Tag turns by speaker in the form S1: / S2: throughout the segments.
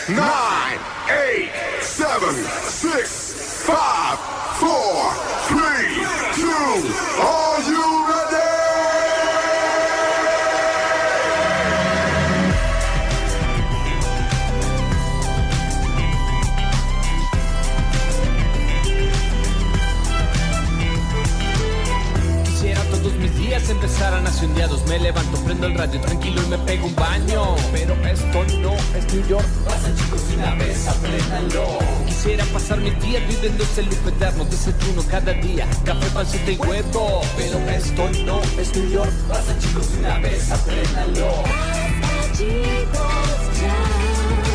S1: 9, 8, 7, 6, 5, 4, 3, 2. Are you ready?
S2: Empezaran asundeados, me levanto, prendo el radio tranquilo y me pego un baño. Pero esto no es New York. Pasa chicos una vez, apréndanlo. Quisiera pasar mi día viviendo ese loop eterno. Desayuno cada día, café, pancita y huevo. Pero esto no es New York. Pasa chicos una vez, apréndanlo.
S3: Basta chicos ya.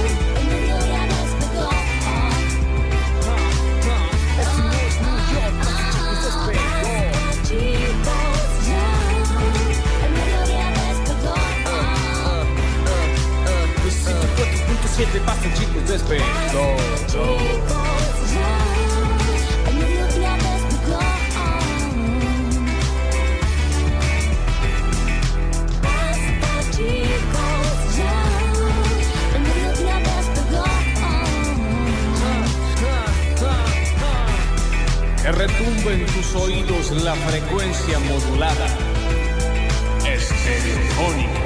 S2: Basta chicos, despegó.
S3: Chicos, ya, el mediodía despegó. Basta chicos, ya, el mediodía despegó.
S2: Que retumbe en tus oídos la frecuencia modulada. Estereofónica.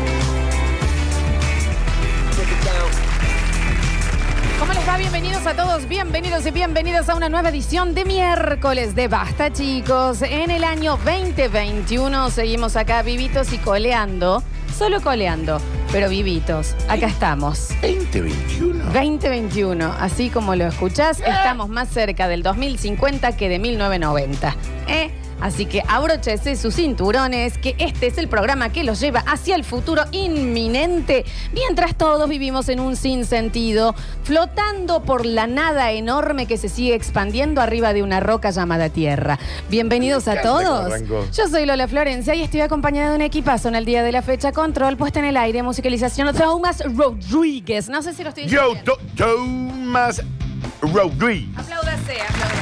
S4: ¿Cómo les va? Bienvenidos a todos, bienvenidos y bienvenidas a una nueva edición de miércoles de Basta, chicos. En el año 2021 seguimos acá vivitos y coleando, solo coleando, pero vivitos. Acá estamos.
S1: 2021.
S4: 2021, así como lo escuchás, estamos más cerca del 2050 que de 1990. Así que abróchese sus cinturones, que este es el programa que los lleva hacia el futuro inminente, mientras todos vivimos en un sinsentido, flotando por la nada enorme que se sigue expandiendo arriba de una roca llamada Tierra. Bienvenidos a todos. Yo soy Lola Florencia y estoy acompañada de un equipazo en el día de la fecha. Control, puesta en el aire, musicalización, Thomas Rodríguez. No sé si lo estoy diciendo bien.
S1: Thomas Rodríguez.
S4: Apláudase.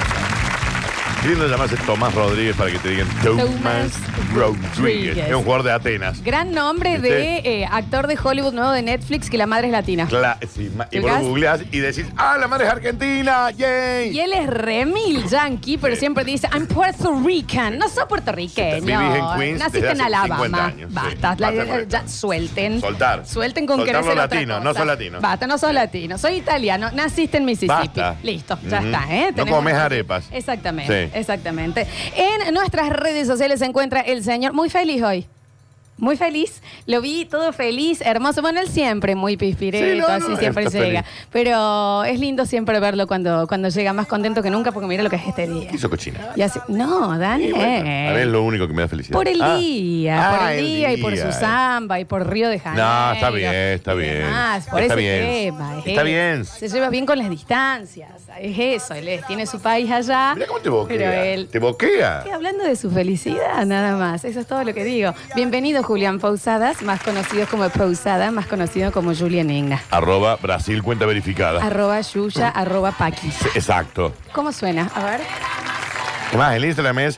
S1: Qué lindo llamarse Tomás Rodríguez para que te digan Thomas Rodríguez. Es un jugador de Atenas.
S4: Gran nombre de actor de Hollywood nuevo de Netflix, que la madre es latina.
S1: Sí, y vos lo googleás y decís, la madre es argentina, yay.
S4: Y él es remil yankee, pero siempre dice, I'm Puerto Rican. No soy puertorriqueño.
S1: Vivís en Queens.
S4: Naciste en Alabama.
S1: Años,
S4: Basta,
S1: sí.
S4: Ya suelten.
S1: Suelten
S4: con querer ser
S1: latino, no soy latino.
S4: Basta, no soy latino. Soy italiano. Naciste en Mississippi.
S1: Basta.
S4: Listo, ya está,
S1: No comes arepas.
S4: Exactamente,
S1: Sí.
S4: exactamente. En nuestras redes sociales se encuentra el señor muy feliz hoy. Muy feliz, lo vi todo feliz, hermoso. Bueno, él siempre muy pispireto, así siempre llega.
S1: Feliz.
S4: Pero es lindo siempre verlo cuando llega más contento que nunca, porque mira lo que es este día.
S1: Hizo cochina.
S4: Y así, no, Daniel.
S1: A ver, es lo único que me da felicidad.
S4: Por el día, por el
S1: el
S4: día y por su samba y por Río de Janeiro.
S1: No, está bien, está
S4: y
S1: bien.
S4: demás, por
S1: Está
S4: ese
S1: bien.
S4: tema.
S1: Está bien.
S4: Se lleva bien con las distancias. Es eso, él tiene su país allá.
S1: Mira cómo te boquea.
S4: Pero él.
S1: ¿Te boquea?
S4: Estoy hablando de su felicidad, nada más. Eso es todo lo que digo. Bienvenido, Julián Pousadas, más conocido como Pousada, más conocido como Julián Igna.
S1: @ Brasil, cuenta verificada.
S4: @Yuya, @Paqui.
S1: Exacto.
S4: ¿Cómo suena? A ver.
S1: ¿Qué más? El Instagram es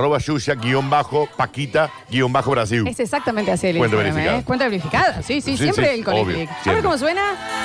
S1: @Yuya_Paquita_Brasil.
S4: Es exactamente así el
S1: Cuenta
S4: Instagram,
S1: verificada.
S4: Cuenta verificada. Sí,
S1: Sí,
S4: siempre
S1: sí,
S4: el con el
S1: obvio,
S4: clic. A ver
S1: siempre.
S4: cómo suena.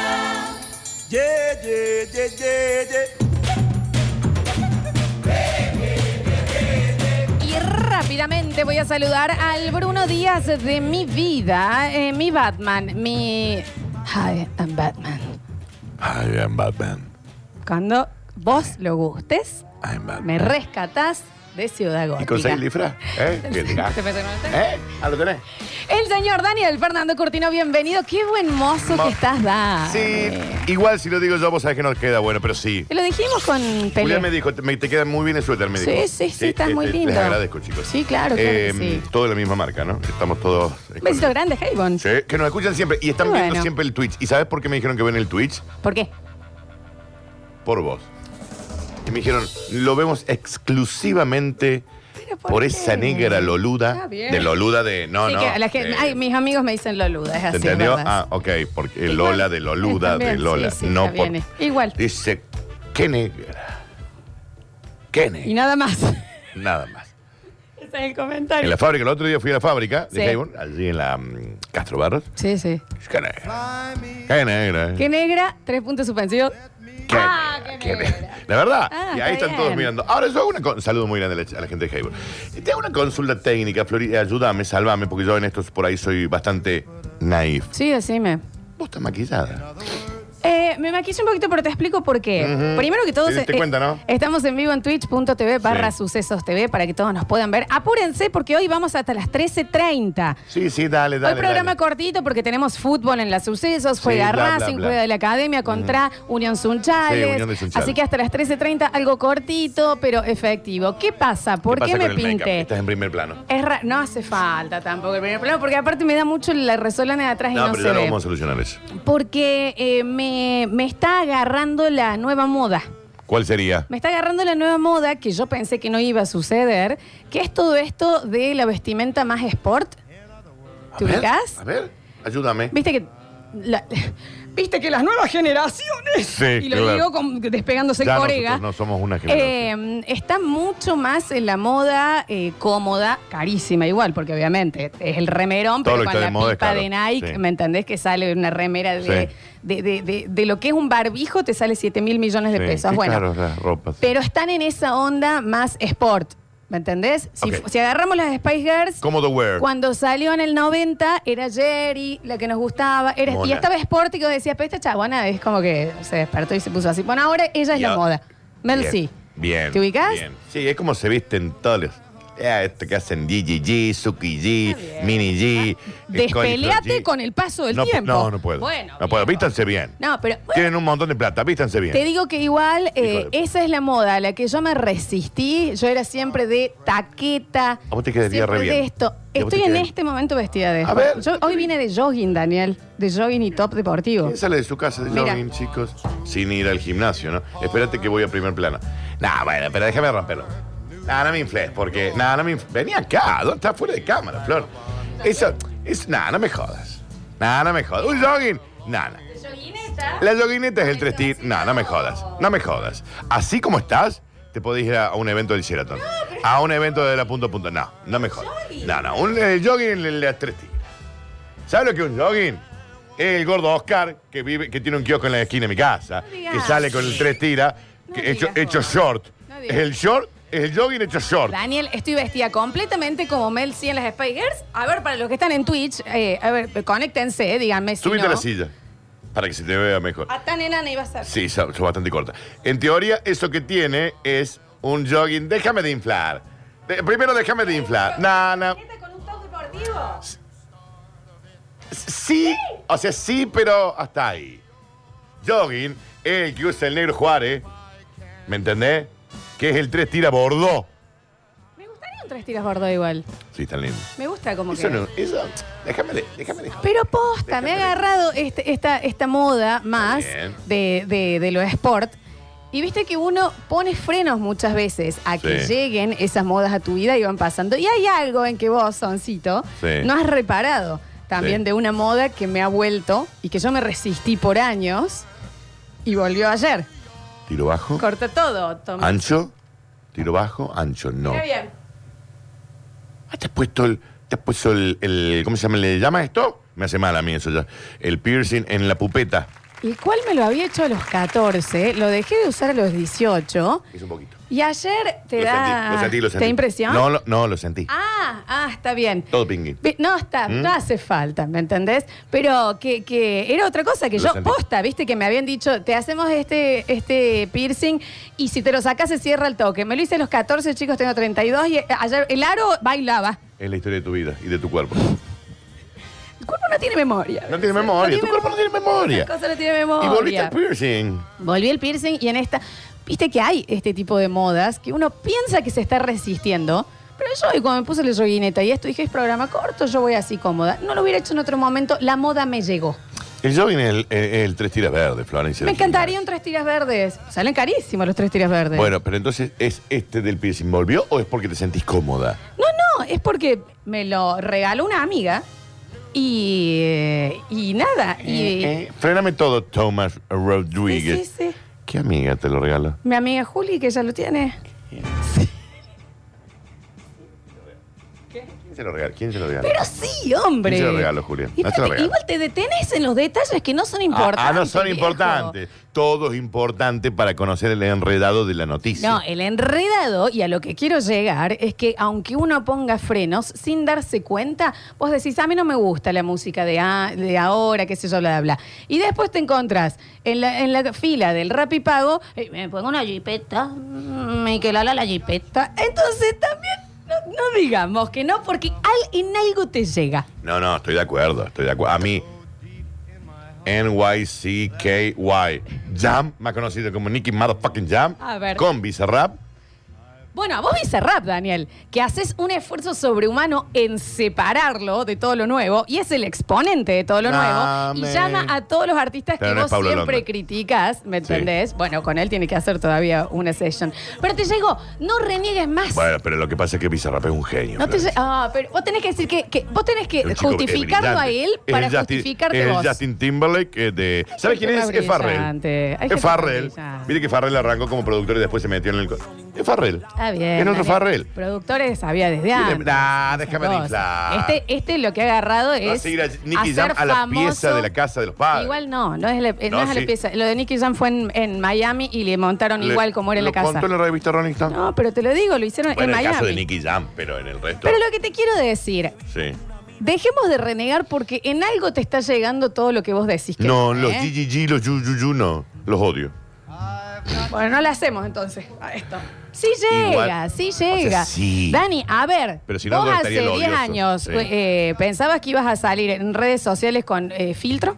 S4: Y rápidamente voy a saludar al Bruno Díaz de mi vida, mi Batman, mi... Hi, I'm Batman.
S1: I am Batman.
S4: Cuando vos lo gustes,
S1: I'm Batman.
S4: me rescatás de Ciudad Gótica.
S1: ¿Y conseguís disfraz? ¿Qué dirás?
S4: ¿Te metes con este?
S1: ¿Lo tenés?
S4: El señor Daniel Fernando Curtino, bienvenido. Qué buen mozo que estás, Dani.
S1: Sí, igual si lo digo yo, vos sabés que no queda bueno, pero sí.
S4: Te lo dijimos con
S1: Julián
S4: Pelé.
S1: me dijo, te queda muy bien el suéter, me dijo.
S4: Sí, estás muy lindo.
S1: Les agradezco, chicos.
S4: Sí, claro que sí.
S1: Todo de la misma marca, ¿no? Estamos todos...
S4: Un besito grande, Javon.
S1: Sí, que nos escuchan siempre y están
S4: Bueno.
S1: viendo siempre el Twitch. ¿Y sabes por qué me dijeron que ven el Twitch?
S4: ¿Por qué?
S1: Por vos. Y me dijeron, lo vemos exclusivamente
S4: ¿Pero
S1: por
S4: qué?
S1: esa negra loluda.
S4: Está bien.
S1: De loluda de... No,
S4: Sí,
S1: no.
S4: que la gente, ay, mis amigos me dicen Loluda, es
S1: ¿Se
S4: así.
S1: entendió?
S4: ¿verdad?
S1: Ok, porque
S4: Igual,
S1: Lola de Loluda,
S4: también,
S1: de Lola.
S4: sí,
S1: no
S4: está
S1: por...
S4: bien. Igual.
S1: Dice, qué negra. Qué negra.
S4: Y nada más.
S1: Nada más.
S4: gusta el comentario.
S1: En la fábrica, el otro día fui a la fábrica
S4: Sí.
S1: de Hayward, allí en la Castro Barros.
S4: Sí, sí.
S1: Qué negra. Qué negra.
S4: Qué negra, 3 puntos suspensivos.
S1: Qué
S4: qué
S1: negra.
S4: negra.
S1: La verdad.
S4: Ah,
S1: y ahí
S4: está
S1: están todos
S4: bien.
S1: mirando. Ahora yo hago un saludo muy grande a la gente de Hayward. Te hago una consulta técnica, Flori, ayúdame, salvame, porque yo en estos por ahí soy bastante naif.
S4: Sí, decime.
S1: Vos estás maquillada.
S4: Me maquillo un poquito, pero te explico por qué.
S1: Ujú.
S4: Primero que todo,
S1: ¿Te diste cuenta, no?
S4: estamos en vivo en twitch.tv/sucesos TV para que todos nos puedan ver. Apúrense porque hoy vamos hasta las 13:30.
S1: Sí, sí, dale, dale.
S4: Hoy programa
S1: dale.
S4: cortito porque tenemos fútbol en las Sucesos, juega
S1: bla, bla,
S4: Racing,
S1: bla.
S4: juega de la Academia contra Unión Sunchales.
S1: Sí, Unión de Sunchales.
S4: Así que hasta las 13:30, algo cortito, pero efectivo. ¿Qué pasa? ¿Por qué,
S1: pasa
S4: me
S1: con el make-up?
S4: pinté?
S1: Estás en primer plano.
S4: No hace falta tampoco el primer plano, porque aparte me da mucho la resolana de atrás y
S1: No,
S4: no
S1: pero
S4: se
S1: ya lo
S4: ve.
S1: vamos a solucionar eso.
S4: Porque me está agarrando la nueva moda.
S1: ¿Cuál sería?
S4: Me está agarrando la nueva moda que yo pensé que no iba a suceder, que es todo esto de la vestimenta más sport. ¿Te ubicás?
S1: A ver, ayúdame.
S4: ¿Viste que viste que las nuevas generaciones,
S1: Sí,
S4: y lo
S1: claro.
S4: digo despegándose
S1: Ya
S4: el corega,
S1: nosotros no somos una generación.
S4: está mucho más en la moda cómoda, carísima igual, porque obviamente es el remerón,
S1: Todo
S4: pero
S1: lo que
S4: con
S1: está de
S4: la
S1: moda es
S4: pipa
S1: caro.
S4: de Nike,
S1: Sí.
S4: ¿me entendés? Que sale una remera de,
S1: Sí.
S4: de lo que es un barbijo, te sale 7.000 millones de
S1: Sí,
S4: pesos.
S1: qué
S4: Bueno,
S1: caros las ropas.
S4: pero están en esa onda más sport, ¿me entendés?
S1: Ok.
S4: Si agarramos las Spice Girls,
S1: Cómodo wear.
S4: cuando salió en el 90 era Jerry, la que nos gustaba, y
S1: Mona.
S4: estaba Sport y vos decías, pero esta chabona es como que se despertó y se puso así. Bueno, ahora ella es la
S1: Ya.
S4: moda. Mel
S1: Bien,
S4: C.
S1: Bien.
S4: ¿Te ubicás?
S1: Bien. Sí, es como se visten todos los. Esto que hacen GGG, Suki G, Mini G.
S4: Despeleate con el paso del tiempo.
S1: No puedo.
S4: Bueno,
S1: no puedo.
S4: viejo.
S1: Vístanse bien.
S4: No, pero bueno,
S1: Tienen un montón de plata, vístanse bien.
S4: te digo que igual
S1: Hijo de-
S4: esa es la moda a la que yo me resistí. Yo era siempre de taqueta.
S1: A vos te quedaría
S4: siempre
S1: re bien.
S4: de esto.
S1: Y a vos te
S4: Estoy en
S1: quedaría-
S4: este momento vestida de esto.
S1: A ver.
S4: Yo hoy vine de jogging, Daniel. De jogging y top deportivo.
S1: ¿Quién sale de su casa de
S4: Mira.
S1: jogging, chicos? Sin ir al gimnasio, ¿no? Espérate que voy a primer plano. Nah, bueno, pero déjame romperlo. Nah, no me infles, porque. Nah, no me infles. Vení acá, ¿dónde estás fuera de cámara, Flor? Eso. Nah, no me jodas. Nah, no me jodas. ¿Un jogging? Nah, nah. La joguineta es el 3 tiras. No me jodas. No me jodas. Así como estás, te podés ir a un evento del Sheraton. A un evento de la punto a punto. No me jodas. No. El jogging en las 3 tiras. ¿Sabes lo que es un jogging? Es el gordo Oscar que tiene un kiosco en la esquina de mi casa.
S4: No digas.
S1: Que sale con el 3 tiras.
S4: No
S1: Hecho
S4: digas.
S1: short.
S4: No
S1: Es
S4: digas.
S1: el short. Es el jogging hecho short.
S4: Daniel, estoy vestida completamente como Mel C en las Spice Girls. A ver, para los que están en Twitch, a ver, conéctense, díganme si
S1: Súbete
S4: no.
S1: a la silla. Para que se te vea mejor.
S4: A tan enana iba a ser.
S1: Sí, son bastante corta. En teoría, eso que tiene es un jogging. Déjame de inflar. Primero déjame de inflar. No.
S4: ¿Con un top deportivo?
S1: Sí, o sea, sí, pero hasta ahí. Jogging es el que usa el negro Juárez. ¿Me entendés? Que es el 3 tira bordó.
S4: Me gustaría un 3 tiras gordo igual.
S1: Sí, está lindo.
S4: Me gusta como
S1: Eso
S4: que...
S1: no, eso. Déjame de.
S4: Pero posta, me ha agarrado esta moda más
S1: Bien.
S4: de lo sport. Y viste que uno pone frenos muchas veces a que
S1: Sí.
S4: lleguen esas modas a tu vida y van pasando. Y hay algo en que vos, Soncito,
S1: Sí.
S4: no has reparado también
S1: Sí.
S4: de una moda que me ha vuelto y que yo me resistí por años y volvió ayer.
S1: Tiro bajo.
S4: Corta todo, Tomás.
S1: Ancho. Tiro bajo, ancho, no.
S4: Mira bien.
S1: Ah, te has puesto el. ¿Cómo se llama? ¿Le llama esto? Me hace mal a mí eso ya. El piercing en la pupeta.
S4: El cual me lo había hecho a los 14, lo dejé de usar a los 18
S1: Es un poquito.
S4: y ayer te
S1: Lo
S4: da...
S1: sentí.
S4: ¿Te da impresión?
S1: No, lo sentí.
S4: Está bien.
S1: Todo pingüín.
S4: No, no hace falta, ¿me entendés? Pero que era otra cosa que
S1: Lo
S4: yo
S1: sentí.
S4: posta, viste, que me habían dicho, te hacemos este piercing y si te lo sacas se cierra el toque. Me lo hice a los 14, chicos, tengo 32 y ayer el aro bailaba.
S1: Es la historia de tu vida y de tu cuerpo.
S4: El cuerpo no tiene memoria.
S1: No tiene memoria. Tu cuerpo no tiene memoria.
S4: La cosa no tiene memoria.
S1: Y volviste al piercing.
S4: Volví el piercing y en esta... Viste que hay este tipo de modas que uno piensa que se está resistiendo, pero yo hoy cuando me puse la joguineta y esto dije, es programa corto, yo voy así cómoda. No lo hubiera hecho en otro momento, la moda me llegó.
S1: El jogging es el 3 tiras verde, Florencia.
S4: Me encantaría un 3 tiras verdes. Salen carísimos los 3 tiras verdes.
S1: Bueno, pero entonces, ¿es este del piercing volvió o es porque te sentís cómoda?
S4: No, es porque me lo regaló una amiga y nada.
S1: Fréname todo, Thomas Rodríguez.
S4: Sí.
S1: ¿Qué amiga te lo regaló?
S4: Mi amiga Juli, que ya lo tiene.
S1: ¿Quién se lo regala? ¿Quién se lo regala?
S4: Pero sí, hombre.
S1: ¿Quién se lo regaló, Julián?
S4: Y
S1: No se lo
S4: espérate,
S1: regaló.
S4: igual te detenés en los detalles que no son importantes.
S1: No son
S4: viejo.
S1: importantes. Todo es importante para conocer el enredado de la noticia.
S4: No, el enredado, y a lo que quiero llegar, es que aunque uno ponga frenos sin darse cuenta, vos decís, a mí no me gusta la música de ahora, qué sé yo, bla, bla, bla. Y después te encontrás en la fila del Rapipago, me pongo una jipeta, y que la jipeta. Entonces también, no digamos que no, porque en algo te llega.
S1: No, estoy de acuerdo. A mí, NYCKY Jam, más conocido como Nicky Motherfucking Jam,
S4: A ver.
S1: con Bizarrap.
S4: Bueno, a vos Bizarrap, Daniel, que haces un esfuerzo sobrehumano en separarlo de todo lo nuevo, y es el exponente de todo lo nuevo, y llama a todos los artistas
S1: Pero
S4: que
S1: no es
S4: vos
S1: Pablo
S4: siempre
S1: Londra.
S4: criticás, ¿me entendés? Bueno, con él tiene que hacer todavía una session. Pero te llegó, no reniegues más.
S1: Bueno, pero lo que pasa es que Bizarrap es un genio.
S4: No te
S1: Florencia.
S4: pero vos tenés que decir que vos tenés que
S1: Es un chico
S4: justificarlo a
S1: brillante.
S4: él
S1: Es
S4: para
S1: el Justin-
S4: justificarte
S1: es
S4: vos.
S1: el Justin Timberlake de... ¿Sabes quién es? Es Farrell.
S4: Brillante. Hay
S1: Es
S4: gente
S1: Farrell.
S4: brillante.
S1: Viste que Farrell arrancó como productor y después se metió en el... Es Farrell.
S4: Está bien.
S1: Es otro
S4: Daniel.
S1: Farrell.
S4: Productores había desde antes.
S1: Nah, déjame de
S4: Cosas.
S1: inflar.
S4: Este lo que ha agarrado
S1: Va a
S4: es
S1: seguir a Nicky
S4: hacer
S1: Jam a la
S4: famoso.
S1: pieza de la casa de los padres.
S4: Igual no es la
S1: sí.
S4: pieza. Lo de Nicky Jam fue en Miami y le montaron igual como era en la casa.
S1: ¿Lo contó en la revista Rolling Stone?
S4: No, pero te lo digo, lo hicieron
S1: Bueno,
S4: en
S1: en el caso de
S4: Miami.
S1: Nicky Jam, pero en el resto...
S4: Pero lo que te quiero decir,
S1: Sí.
S4: dejemos de renegar porque en algo te está llegando todo lo que vos decís que
S1: No,
S4: ¿eh?
S1: los GGG, los Yuyuyu, no. Los odio.
S4: Bueno, no lo hacemos entonces a esto. Sí llega,
S1: Igual.
S4: sí
S1: O sea,
S4: llega.
S1: sí.
S4: Dani, a ver,
S1: Pero si no,
S4: vos
S1: no
S4: hace
S1: estaría
S4: 10
S1: lo odioso.
S4: años
S1: Sí.
S4: pensabas que ibas a salir en redes sociales con filtro,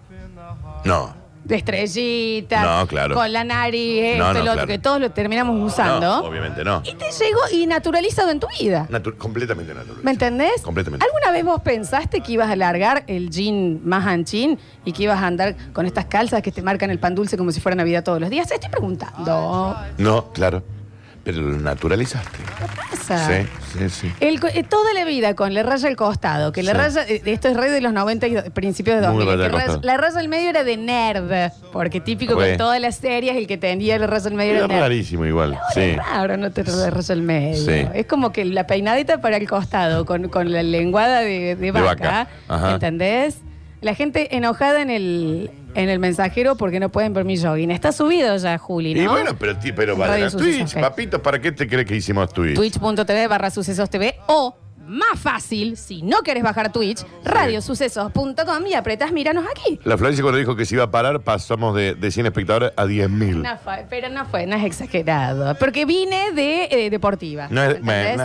S1: No.
S4: de estrellitas,
S1: No, claro.
S4: con la nariz, esto,
S1: No,
S4: el otro,
S1: claro.
S4: que todos lo terminamos usando.
S1: No, obviamente no.
S4: Y te llegó y naturalizado en tu vida.
S1: Completamente natural.
S4: ¿Me entendés?
S1: Completamente.
S4: ¿Alguna vez vos pensaste que ibas a alargar el jean más anchín y que ibas a andar con estas calzas que te marcan el pan dulce como si fuera Navidad todos los días? Estoy preguntando.
S1: No, claro. Pero lo naturalizaste.
S4: ¿Qué pasa?
S1: Sí.
S4: Toda la vida con la raya al costado, que la
S1: Sí.
S4: raya, esto es rey de los 90 y principios de
S1: Muy
S4: 2000,
S1: raya
S4: que
S1: al costado.
S4: la raya al medio era de nerd, porque típico
S1: Re.
S4: con todas las series el que tenía la raya al medio
S1: Era
S4: era nerd.
S1: rarísimo igual.
S4: Ahora
S1: Sí.
S4: es raro no tener la raya al medio.
S1: Sí.
S4: Es como que la peinadita para el costado, con la lenguada de vaca,
S1: vaca. Ajá.
S4: ¿entendés? La gente enojada en el mensajero porque no pueden ver mi jogging. Está subido ya, Juli, ¿no?
S1: Y bueno, pero
S4: En
S1: vale
S4: Radio
S1: a
S4: Sucesos,
S1: Twitch,
S4: ok.
S1: papito, ¿para qué te crees que hicimos Twitch?
S4: Twitch.tv/Sucesos TV o, más fácil, si no querés bajar Twitch, radiosucesos.com y apretás míranos aquí.
S1: La Florencia cuando dijo que se iba a parar, pasamos de 100 espectadores a 10.000.
S4: Pero no es exagerado. Porque vine de deportiva.
S1: No es,
S4: ¿entendés?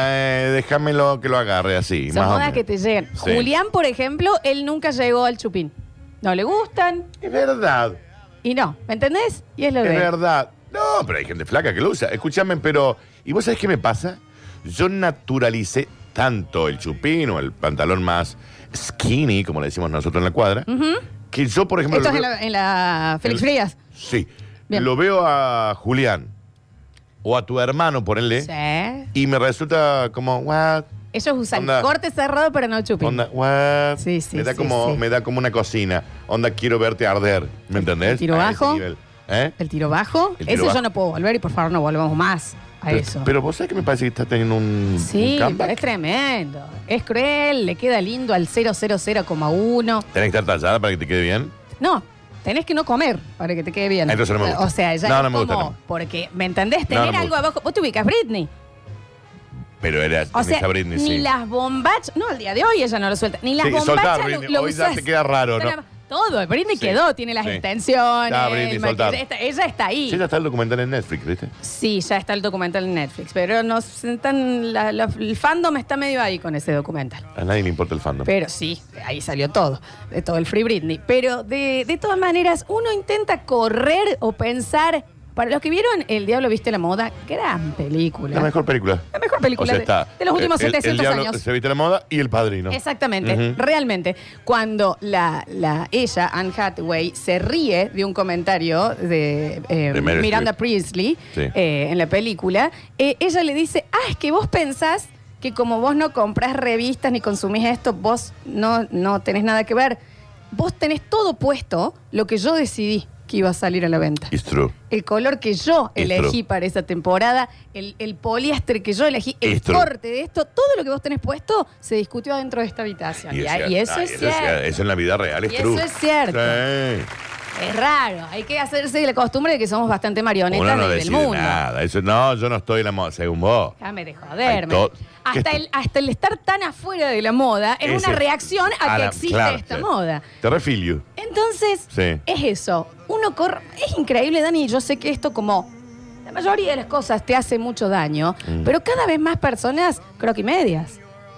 S1: déjamelo que lo agarre así.
S4: Son
S1: más o
S4: modas
S1: menos.
S4: que te llegan.
S1: Sí.
S4: Julián, por ejemplo, él nunca llegó al chupín. No le gustan
S1: Es verdad,
S4: y no, ¿me entendés? Y es lo
S1: es
S4: de él.
S1: verdad. No, pero hay gente flaca que lo usa. Escúchame, pero... ¿Y vos sabés qué me pasa? Yo naturalicé tanto el chupín o el pantalón más skinny, como le decimos nosotros en la cuadra, que yo, por ejemplo...
S4: Esto es
S1: lo veo-
S4: en la Félix Frías.
S1: Sí.
S4: Bien.
S1: Lo veo a Julián o a tu hermano, ponele,
S4: Sí.
S1: y me resulta como, what?
S4: Ellos usan
S1: Onda.
S4: corte cerrado para no chupín.
S1: Onda, what?
S4: Sí, sí,
S1: me da
S4: sí,
S1: como,
S4: sí.
S1: me da como una cocina. Onda, quiero verte arder. ¿Me entendés?
S4: ¿El tiro
S1: A ese
S4: bajo?
S1: nivel. ¿Eh?
S4: El tiro bajo.
S1: El tiro
S4: Eso
S1: bajo.
S4: yo no puedo volver y por favor no volvamos más a eso.
S1: Pero vos sabés que me parece que está teniendo un
S4: Sí,
S1: comeback.
S4: pero es tremendo. Es cruel, le queda lindo al 000,1.
S1: Tenés que estar tallada para que te quede bien.
S4: No, tenés que no comer para que te quede bien.
S1: Entonces no me gusta.
S4: O sea, ya
S1: No,
S4: es
S1: no me gusta,
S4: como-
S1: no.
S4: porque, ¿me entendés?
S1: No,
S4: Tener
S1: no me
S4: algo
S1: gusta.
S4: abajo. Vos te ubicas Britney.
S1: Pero era
S4: O
S1: en
S4: sea,
S1: esa Britney,
S4: ni
S1: sí.
S4: las bombachas. No, al día de hoy ella no lo suelta. Ni las
S1: Sí,
S4: bombachas
S1: soltá,
S4: lo,
S1: Britney.
S4: lo
S1: Hoy ya
S4: usás.
S1: te queda raro, ¿no?
S4: Todo, Britney
S1: Sí.
S4: quedó, tiene las
S1: Sí.
S4: extensiones.
S1: Ya, Britney,
S4: el
S1: soltá.
S4: maquillaje, ella está ahí.
S1: Sí, ya está el documental en Netflix, ¿viste?
S4: Sí, ya está el documental en Netflix, pero el fandom está medio ahí con ese documental.
S1: A nadie le importa el fandom.
S4: Pero sí, ahí salió todo, de todo el Free Britney. Pero de todas maneras, uno intenta correr o pensar. Para los que vieron El Diablo Viste la Moda, gran película.
S1: La mejor película.
S4: La mejor película
S1: O sea, está
S4: de los últimos
S1: el
S4: 700
S1: Diablo
S4: años.
S1: Se viste la moda y El Padrino.
S4: Exactamente,
S1: Ujú.
S4: realmente. Cuando ella, Anne Hathaway, se ríe de un comentario de
S1: Meryl
S4: Miranda
S1: Streep.
S4: Priestley
S1: Sí.
S4: en la película, ella le dice, es que vos pensás que como vos no comprás revistas ni consumís esto, vos no tenés nada que ver. Vos tenés todo puesto lo que yo decidí que iba a salir a la venta.
S1: It's true.
S4: El color que yo
S1: It's
S4: elegí
S1: true.
S4: para esa temporada, el poliéster que yo elegí, el
S1: It's true.
S4: corte de esto, todo lo que vos tenés puesto se discutió dentro de esta habitación. Y eso es cierto.
S1: Eso en la vida real es
S4: Y
S1: true.
S4: eso es cierto.
S1: Sí.
S4: Es raro. Hay que hacerse de la costumbre de que somos bastante marionetas
S1: Uno no
S4: del
S1: decide
S4: mundo.
S1: nada. Eso, no, yo no estoy en la moda, según vos.
S4: Déjame de joderme.
S1: Hay todo-
S4: Hasta
S1: ¿Qué?
S4: hasta el estar tan afuera de la moda es
S1: Ese-
S4: una reacción a que existe
S1: claro,
S4: esta
S1: sí.
S4: moda.
S1: Te refilio.
S4: Entonces,
S1: Sí.
S4: es eso. Uno corre. Es increíble, Dani. Yo sé que esto, como la mayoría de las cosas, te hace mucho daño, pero cada vez más personas croquimedias.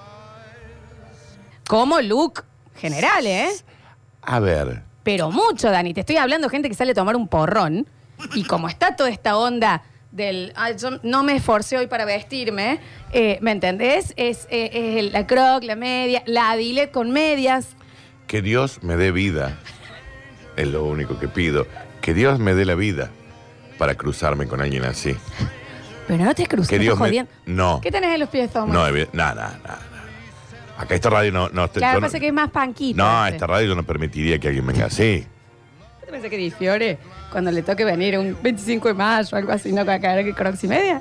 S4: Como look general, ¿eh?
S1: A ver.
S4: Pero mucho, Dani. Te estoy hablando de gente que sale a tomar un porrón y como está toda esta onda del "Ay, yo no me esforcé hoy para vestirme", ¿me entendés? Es la croc, la media, la adilet con medias.
S1: Que Dios me dé vida. Es lo único que pido. Que Dios me dé la vida para cruzarme con alguien así.
S4: Pero no te cruces,
S1: Que
S4: me
S1: Dios
S4: estás
S1: me...
S4: jodiendo.
S1: No.
S4: ¿Qué tenés en los pies, Tomás?
S1: No, nada. Acá esta radio no...
S4: Claro,
S1: yo no-
S4: pasa que es más panquita.
S1: No,
S4: ¿viste?
S1: esta radio yo no permitiría que alguien venga así.
S4: ¿Qué te pensás que Difiore cuando le toque venir un 25 de mayo o algo así, no con la cara que crocs y media?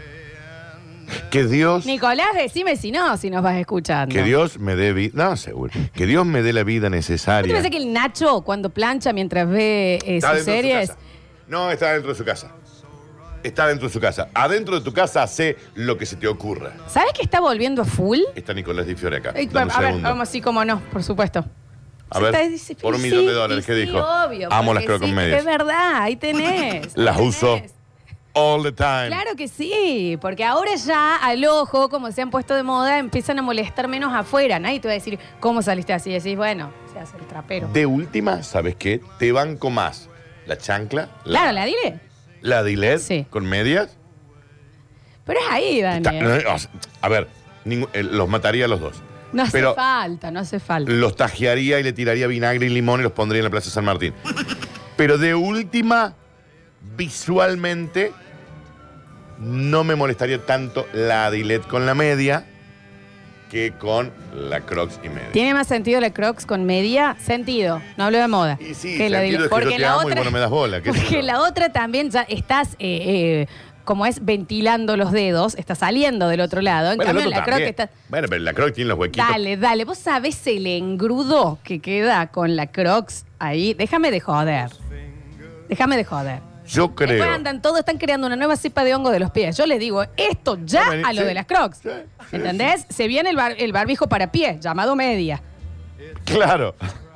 S1: Que Dios...
S4: Nicolás, decime si no, si nos vas escuchando.
S1: Que Dios me dé vida... No, seguro. Que Dios me dé la vida
S4: ¿No te
S1: necesaria.
S4: pensás que el Nacho, cuando plancha mientras ve
S1: Está
S4: sus
S1: dentro de su
S4: series...
S1: casa. No, está dentro de su casa. Está dentro de su casa. Adentro de tu casa hace lo que se te ocurra.
S4: ¿Sabes que está volviendo a full?
S1: Está Nicolás Di Fiore acá.
S4: A
S1: Dame un
S4: ver,
S1: segundo.
S4: vamos así como no, por supuesto.
S1: A ver, por $1.000.000, ¿qué dijo?
S4: Obvio,
S1: Amo las
S4: porque
S1: croc con
S4: sí,
S1: medias.
S4: es verdad, ahí tenés.
S1: Las
S4: ahí
S1: uso
S4: tenés.
S1: all the time.
S4: Claro que sí, porque ahora ya al ojo, como se han puesto de moda, empiezan a molestar menos afuera. Nadie te va a decir, ¿cómo saliste así? Y decís, bueno, se hace el trapero.
S1: De última, ¿sabes qué? Te banco más la chancla,
S4: Claro, la dile.
S1: la dilet
S4: Sí.
S1: con medias.
S4: Pero es ahí, Daniel.
S1: A ver, los mataría a los dos.
S4: No hace
S1: Pero
S4: falta, no hace falta.
S1: los tajearía y le tiraría vinagre y limón y los pondría en la Plaza San Martín. Pero de última, visualmente, no me molestaría tanto la dilet con la media que con la crocs y media.
S4: ¿Tiene más sentido la Crocs con media? Sentido, no hablo de moda.
S1: Y sí,
S4: que la
S1: sentido es que
S4: porque
S1: yo te
S4: la
S1: amo y
S4: otra,
S1: vos no me das bola, qué sé
S4: porque
S1: yo.
S4: la otra también ya estás, como es, ventilando los dedos, está saliendo del otro lado. En
S1: Bueno, el
S4: cambio,
S1: otro
S4: la Croc
S1: también.
S4: está...
S1: Bueno, pero la croc tiene los huequitos.
S4: Dale, vos sabés el engrudo que queda con la Crocs ahí. Déjame de joder.
S1: Yo creo.
S4: Después andan todos, están creando una nueva cepa de hongo de los pies. Yo les digo, esto ya
S1: No, vení,
S4: a lo
S1: sí,
S4: de las Crocs.
S1: sí, sí,
S4: ¿Entendés? Se viene el barbijo para pies, llamado media.
S1: Claro.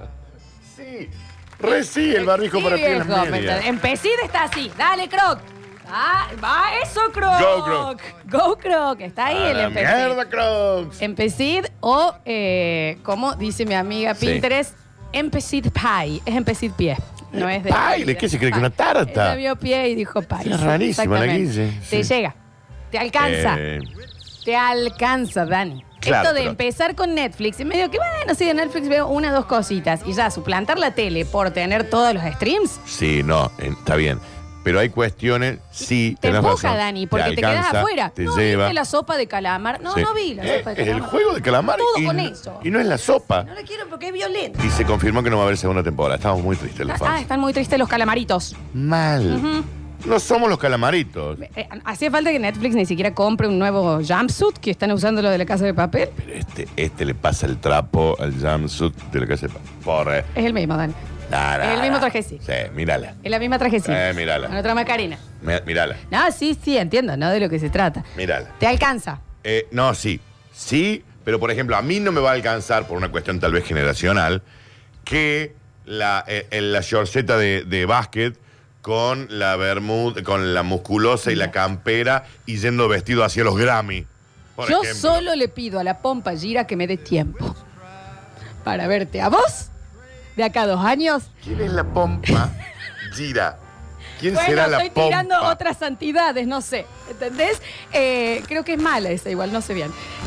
S1: Sí. Sí, el barbijo
S4: Sí,
S1: para piel
S4: viejo,
S1: en
S4: ¿me
S1: media.
S4: entendés? Empecid está así. Dale, Croc. Ah, va eso, Croc.
S1: Go, Croc.
S4: Go, Croc. Está ahí
S1: A
S4: el
S1: la
S4: Empecid.
S1: mierda, crocs.
S4: Empecid o, como dice mi amiga
S1: Sí.
S4: Pinterest, Empecid Pie. Es Empecid Pie. No es de...
S1: Pie, ¿qué se cree que una tarta?
S4: Ella vio pie y dijo pie.
S1: Es rarísima la
S4: Exactamente.
S1: Guille,
S4: Te
S1: sí.
S4: llega. Te alcanza.
S1: Eh,
S4: Te alcanza, Dani.
S1: Claro,
S4: Esto de
S1: pero-
S4: empezar con Netflix, y medio que, bueno, sí, de Netflix veo una o dos cositas, y ya suplantar la tele por tener todos los streams,
S1: sí, no, está bien. Pero hay cuestiones, sí,
S4: te
S1: tenés
S4: empuja,
S1: razón.
S4: Dani, porque te
S1: alcanza,
S4: quedas afuera.
S1: Te
S4: no,
S1: lleva.
S4: ¿viste la sopa de calamar? No,
S1: Sí.
S4: no vi la sopa de
S1: Es
S4: calamar.
S1: el juego de calamar.
S4: Todo
S1: y
S4: con
S1: no-
S4: eso.
S1: Y no es la sopa.
S4: No la quiero porque es violenta.
S1: Y se confirmó que no va a haber segunda temporada. Estamos muy tristes los fans.
S4: Están muy tristes los calamaritos.
S1: Mal. No somos los calamaritos.
S4: Hacía falta que Netflix ni siquiera compre un nuevo jumpsuit que están usando lo de la Casa de Papel.
S1: Pero este le pasa el trapo al jumpsuit de la casa de Porre.
S4: Es el mismo, Dani. Es el mismo trajecito.
S1: Sí, mírala.
S4: Es la misma trajecita.
S1: Mírala.
S4: Con otra Macarena.
S1: Mírala.
S4: No, sí, entiendo, ¿no? De lo que se trata.
S1: Mírala.
S4: Te alcanza.
S1: No, sí. Sí, pero por ejemplo, a mí no me va a alcanzar, por una cuestión tal vez generacional, que la shortceta de básquet con la con la musculosa y la campera y yendo vestido hacia los Grammy. Por
S4: Yo
S1: ejemplo.
S4: solo le pido a la pompa Gira que me dé tiempo para verte a vos de acá a 2 años.
S1: ¿Quién es la pompa? Gira. ¿Quién
S4: Bueno,
S1: será la
S4: estoy
S1: pompa?
S4: tirando otras santidades, no sé. ¿Entendés? Creo que es mala esa, igual, no sé bien.